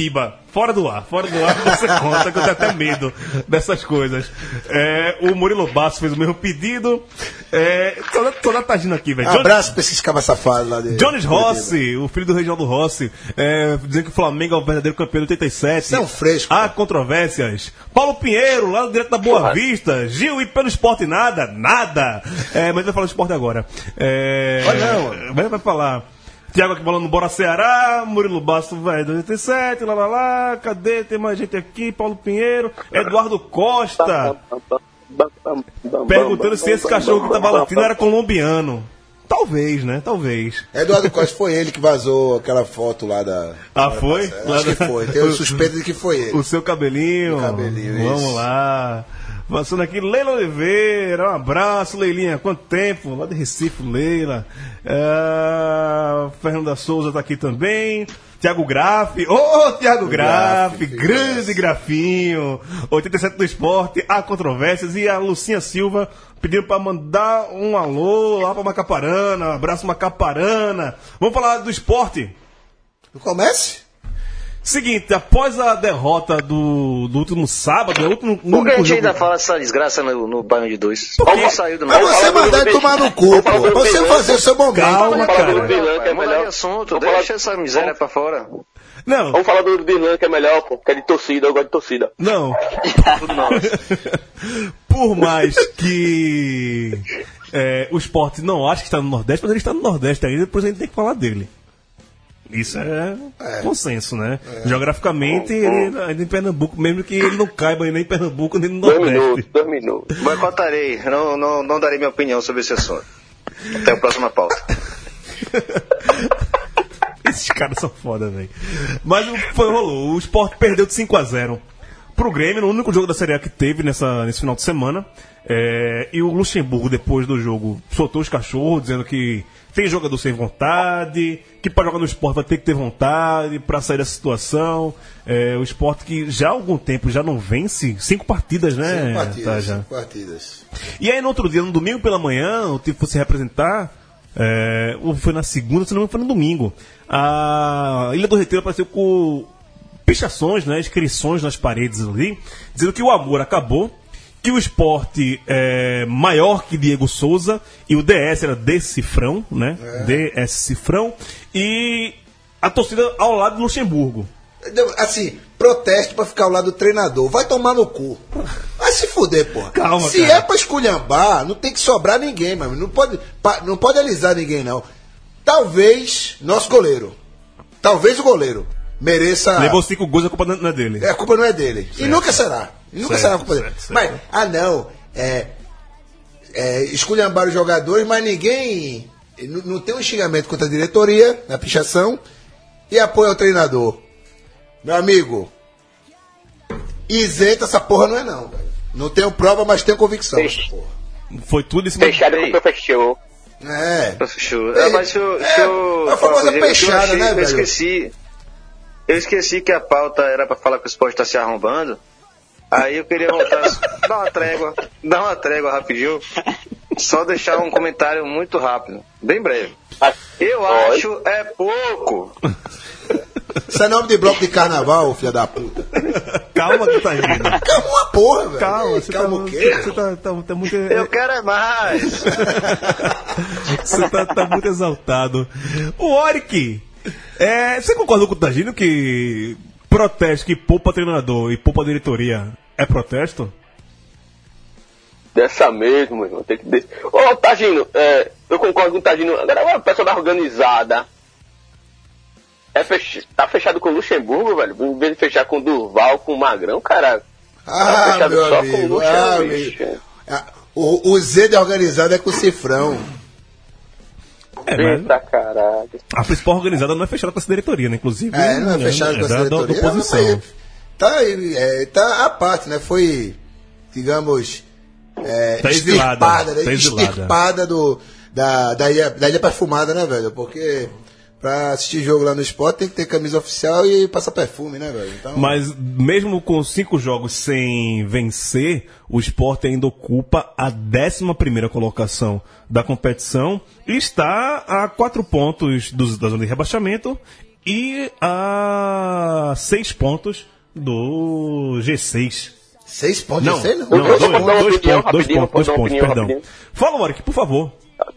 Fora do ar você conta, que eu tenho até medo dessas coisas. O Murilo Basso fez o mesmo pedido. Tô natagindo aqui, velho. Abraço pra esses cabas safados lá dele. Jones Rossi, o filho do Reginaldo Rossi, dizendo que o Flamengo é o verdadeiro campeão de 87. Isso é um fresco. Há controvérsias. Paulo Pinheiro, lá direto da Boa Vista. Gil, e pelo esporte nada? Nada. Mas vai falar do esporte agora. Vai falar. Tiago aqui falando Bora Ceará, Murilo Basso, velho, 87, lá, cadê? Tem mais gente aqui, Paulo Pinheiro, Eduardo Costa, perguntando se esse cachorro que tava latindo era colombiano. Talvez, né? Talvez. Eduardo Costa foi ele que vazou aquela foto lá da... Foi? Acho que foi, tenho suspeita de que foi ele. O seu cabelinho. Vamos isso. lá. Passando aqui, Leila Oliveira, um abraço, Leilinha, quanto tempo? Lá de Recife, Leila. Fernanda Souza tá aqui também. Tiago Graff, Tiago Graff, grande Grafinho. 87 do Esporte, há controvérsias. E a Lucinha Silva pedindo pra mandar um alô lá pra Macaparana, um abraço Macaparana. Vamos falar do esporte? Comece? Seguinte, após a derrota do último sábado, por que a gente ainda fala essa desgraça no Baião de 2? Como saiu do nada? Pra você mandar ele tomar no cu, pô. Pra você fazer o seu momento. Calma, cara. Muda de assunto, deixa essa miséria pra fora. Não. Vamos falar do Dirlan, que é melhor, pô, que é de torcida, eu gosto de torcida. Não. Tudo nosso. Por mais que o esporte não acha que está no Nordeste, mas ele está no Nordeste ainda, depois a gente tem que falar dele. Isso é consenso, né? Geograficamente, ele é em Pernambuco, mesmo que ele não caiba nem em Pernambuco, nem no Nordeste. 2 minutos. Boicotarei, não darei minha opinião sobre esse assunto. Até a próxima pauta. Esses caras são foda, velho. Mas rolou. O Sport perdeu de 5-0 pro Grêmio, no único jogo da Série A que teve nesse final de semana. E o Luxemburgo, depois do jogo, soltou os cachorros, dizendo que tem jogador sem vontade, que para jogar no Sport vai ter que ter vontade para sair dessa situação. O Sport que já há algum tempo já não vence 5 partidas, né? 5 partidas. E aí no outro dia, no domingo pela manhã, o time foi se representar. Ou foi na segunda, se não foi no domingo. A Ilha do Retiro apareceu com pichações, né, inscrições nas paredes ali, dizendo que o amor acabou, que o Sport é maior que Diego Souza, e o DS era Decifrão, né? DS Cifrão, e a torcida ao lado do Luxemburgo. Assim, protesto pra ficar ao lado do treinador. Vai tomar no cu. Vai se fuder, porra. Calma, se cara. é pra esculhambar, não tem que sobrar ninguém, mano. Não pode alisar ninguém, não. Talvez nosso goleiro. Talvez o goleiro mereça. Levou 5 gols, a culpa não é dele. A culpa não é dele. Certo. E nunca será. Será a culpa dele. Certo. Mas, não. Esculhambar os jogadores, mas ninguém. Não tem um xingamento contra a diretoria, na pichação, e apoio ao treinador. Meu amigo, isenta essa porra não é não, velho. Não tenho prova, mas tenho convicção. Essa porra. Foi tudo isso. Fechado com o fechou. Fechou. É Mas a famosa fechada, né, velho? Eu esqueci que a pauta era pra falar que o esporte tá se arrombando. Aí eu queria voltar, dar uma trégua rapidinho. Só deixar um comentário muito rápido, bem breve. Eu acho pouco. Isso é nome de bloco de carnaval, filha da puta. Calma que tá indo. Calma uma porra, velho. Calma, calma o quê? Você tá muito... Eu quero é mais. Você tá muito exaltado. O Oric, você concorda com o Tagino que protesto que poupa treinador e poupa diretoria é protesto? Dessa mesmo, irmão. Tem que... Ô, Tagino, eu concordo com o Tagino. Agora, a pessoa da organizada tá fechado com o Luxemburgo, velho. Em vez de fechar com o Durval, com o Magrão, cara. Tá fechado meu só amigo, com o Luxemburgo. O Z de organizado é com o Cifrão. Eita, caralho. A principal organizada não é fechada com essa diretoria, né? Inclusive. Não é fechada com essa diretoria. Da oposição. Tá à parte, né? Foi, digamos, tá exilada, extirpada da ilha perfumada, né, velho? Porque pra assistir jogo lá no Sport tem que ter camisa oficial e passar perfume, né, velho? Então... Mas mesmo com 5 jogos sem vencer, o Sport ainda ocupa a 11ª colocação da competição e está a 4 pontos da zona de rebaixamento e a 6 pontos do G6. 6 pontos Não, de 6? não, 2 pontos, perdão. Fala, Warwick, por favor.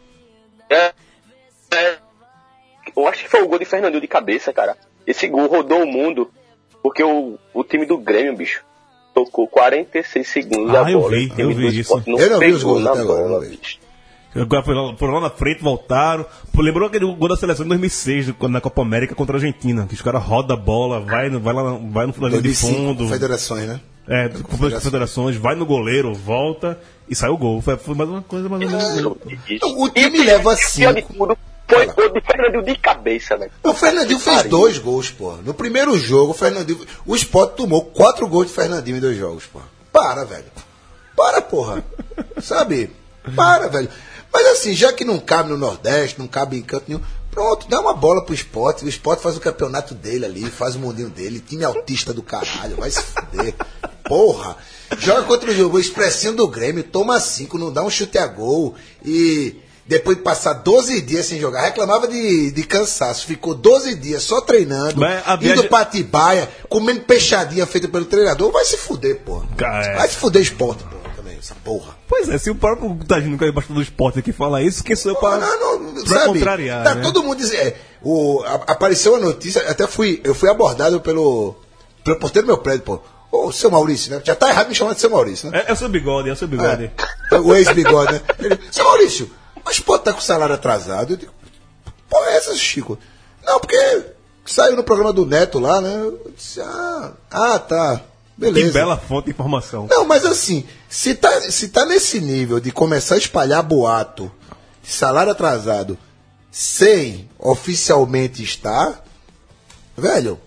Eu acho que foi o gol de Fernandinho de cabeça, cara. Esse gol rodou o mundo, porque o time do Grêmio, bicho, tocou 46 segundos a bola. Eu vi isso. Eu não vi os gols até agora, não vi. Agora foram lá na frente, voltaram. Pô, lembrou aquele gol da seleção de 2006, na Copa América contra a Argentina, que os caras rodam a bola, vai no fundo de fundo. Federações, né? Federações, vai no goleiro, volta e sai o gol. Foi mais uma coisa, mais ou menos. O time leva 5. Foi gol de Fernandinho de cabeça, velho. O Fernandinho fez 2 gols, pô. No primeiro jogo, o Sport tomou 4 gols de Fernandinho em 2 jogos, pô. Para, velho. Para, porra. Sabe? Para, velho. Mas assim, já que não cabe no Nordeste, não cabe em canto nenhum, pronto, dá uma bola pro Sport. O Sport faz o campeonato dele ali, faz o mundinho dele. Time autista do caralho, vai se fuder. Porra. Joga contra o expressinho do Grêmio, toma 5, não dá um chute a gol e... Depois de passar 12 dias sem jogar, reclamava de cansaço. Ficou 12 dias só treinando, indo pra Atibaia, comendo peixadinha feita pelo treinador. Vai se fuder, porra. Vai se fuder Sport, porra, também, essa porra. Pois é, se o próprio Tadinho, que é embaixo do Sport aqui, fala isso, quem sou eu pra contrariar, tá, né? Todo mundo dizendo... apareceu a notícia, eu fui abordado pelo porteiro do meu prédio, pô. Ô, seu Maurício, né? Já tá errado me chamar de seu Maurício, né? É o seu bigode, O ex-bigode, né? Ele, seu Maurício... Mas pode estar com o salário atrasado. Eu digo, pô, é essa, Chico? Não, porque saiu no programa do Neto lá, né? Eu disse, tá. Beleza. Que bela fonte de informação. Não, mas assim, se tá nesse nível de começar a espalhar boato, salário atrasado, sem oficialmente estar, velho,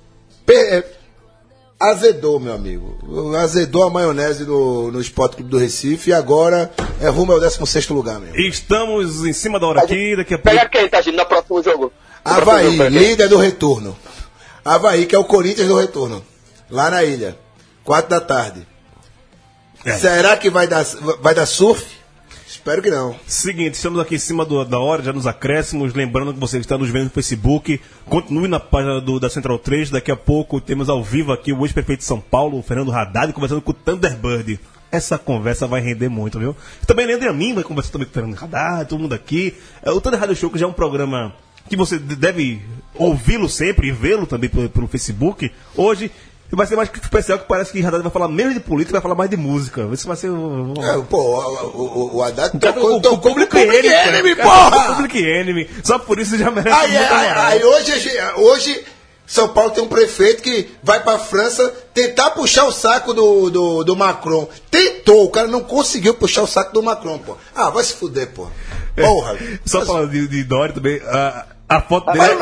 azedou, meu amigo. Azedou a maionese no Sport Clube do Recife e agora é rumo ao 16º lugar, meu. Estamos em cima da hora aqui, daqui a pouco... Pega quem, Tadinho, no próximo jogo? Avaí, líder do retorno. Avaí, que é o Corinthians do retorno. Lá na ilha. 4 da tarde. Será que vai dar surf? Espero que não. Seguinte, estamos aqui em cima da hora, já nos acréscimos. Lembrando que você está nos vendo no Facebook. Continue na página da Central 3. Daqui a pouco temos ao vivo aqui o ex-prefeito de São Paulo, o Fernando Haddad, conversando com o Thunderbird. Essa conversa vai render muito, viu? Também Leandro Amin vai conversar também com o Fernando Haddad, todo mundo aqui. O Thunder Radio Show, que já é um programa que você deve ouvi-lo sempre e vê-lo também pelo Facebook. Hoje vai ser mais especial, que parece que Haddad vai falar menos de política e vai falar mais de música. Isso vai ser... o Haddad tocou o Public Enemy, porra! Public Enemy. Só por isso já merece Aí hoje São Paulo tem um prefeito que vai pra França tentar puxar o saco do Macron. Tentou, o cara não conseguiu puxar o saco do Macron, pô. Vai se fuder, pô. Porra. Só falando de Dória também, a foto dele...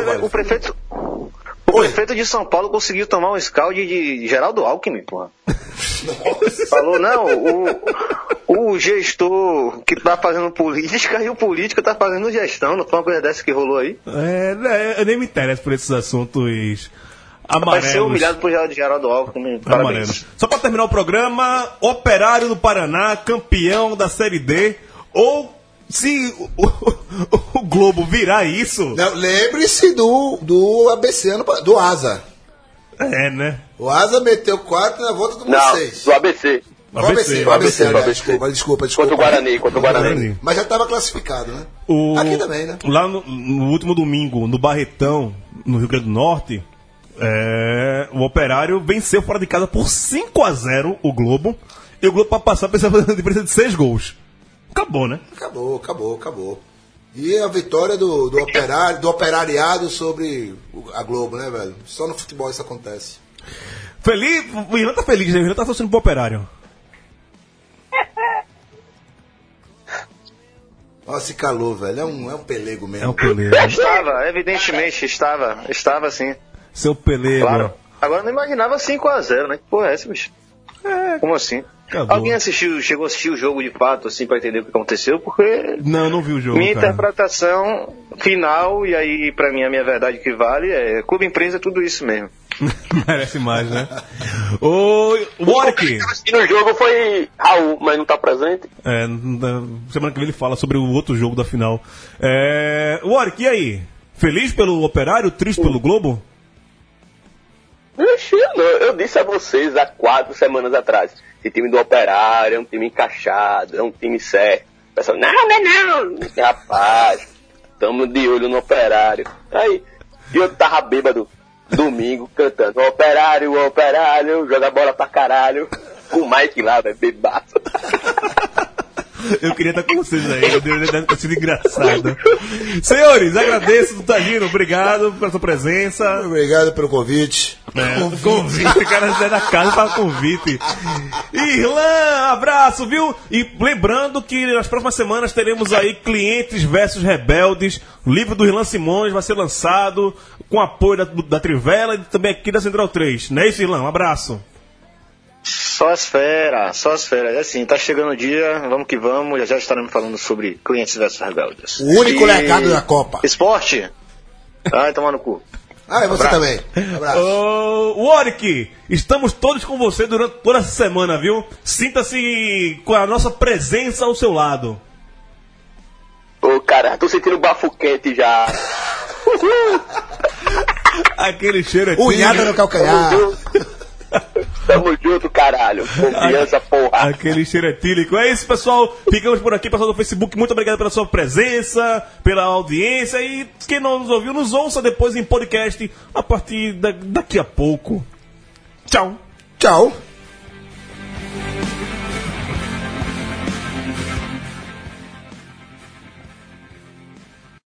O prefeito de São Paulo conseguiu tomar um scald de Geraldo Alckmin, porra. Falou, não, o gestor que tá fazendo política e o político tá fazendo gestão. Não foi uma coisa dessa que rolou aí? Eu nem me interesso por esses assuntos amarelos. Vai ser humilhado por Geraldo Alckmin. Parabéns. Só pra terminar o programa, Operário do Paraná, campeão da Série D, ou... Se o Globo virar isso... Não, lembre-se do ABC, do Asa. Né? O Asa meteu 4 na volta do vocês. Do ABC. O ABC. Desculpa. Contra o Guarani. Mas já estava classificado, né? Aqui também, né? Lá no último domingo, no Barretão, no Rio Grande do Norte, o Operário venceu fora de casa por 5-0 o Globo. E o Globo, para passar, precisava de diferença de 6 gols. Acabou, né? Acabou. E a vitória do operariado sobre a Globo, né, velho? Só no futebol isso acontece. Feliz? O Irã tá feliz, né? O Irã tá torcendo pro Operário. Olha esse calor, velho. É um pelego mesmo. É um pelego. Evidentemente estava sim. Seu pelego. Claro. Agora eu não imaginava 5-0, né? Que porra é essa, bicho? Como assim? Acabou. Alguém chegou a assistir o jogo de fato, assim, pra entender o que aconteceu? Porque... Não vi o jogo, minha interpretação final, e aí pra mim a minha verdade que vale, é clube empresa é tudo isso mesmo. Merece mais, né? O Warwick. No jogo foi Raul, mas não tá presente. Semana que vem ele fala sobre o outro jogo da final. Warwick, e aí? Feliz pelo Operário, triste pelo Globo? Eu disse a vocês há 4 semanas atrás. Esse time do Operário é um time encaixado, é um time certo. O pessoal, não. Rapaz, estamos de olho no Operário. Aí, eu tava bêbado domingo cantando: o Operário, joga bola pra caralho. Com o Mike lá, velho, bebaço. Eu queria estar com vocês aí, deve ter sido engraçado. Senhores, agradeço do Tagino, obrigado pela sua presença. Obrigado pelo convite. Convite, o cara sai da casa para convite. Irlan, abraço, viu? E lembrando que nas próximas semanas teremos aí Clientes versus Rebeldes. O livro do Irlan Simões vai ser lançado com apoio da Trivela e também aqui da Central 3. Não é isso, Irlan? Um abraço. Só as feras. É assim, tá chegando o dia, vamos que vamos, já estaremos falando sobre Clientes versus Rebeldes. O único legado da Copa. Esporte? Ai, tomar no cu. Ah, e você Abraço. também. Abraço. Warwick, estamos todos com você durante toda essa semana, viu? Sinta-se com a nossa presença ao seu lado. Ô, cara, tô sentindo bafo quente já. Aquele cheiro é Unhada no calcanhar. Tamo junto, caralho. Confiança, porra. Aquele cheiro etílico. É isso, pessoal. Ficamos por aqui, pessoal do Facebook. Muito obrigado pela sua presença, pela audiência. E quem não nos ouviu, nos ouça depois em podcast a partir daqui a pouco. Tchau. Tchau.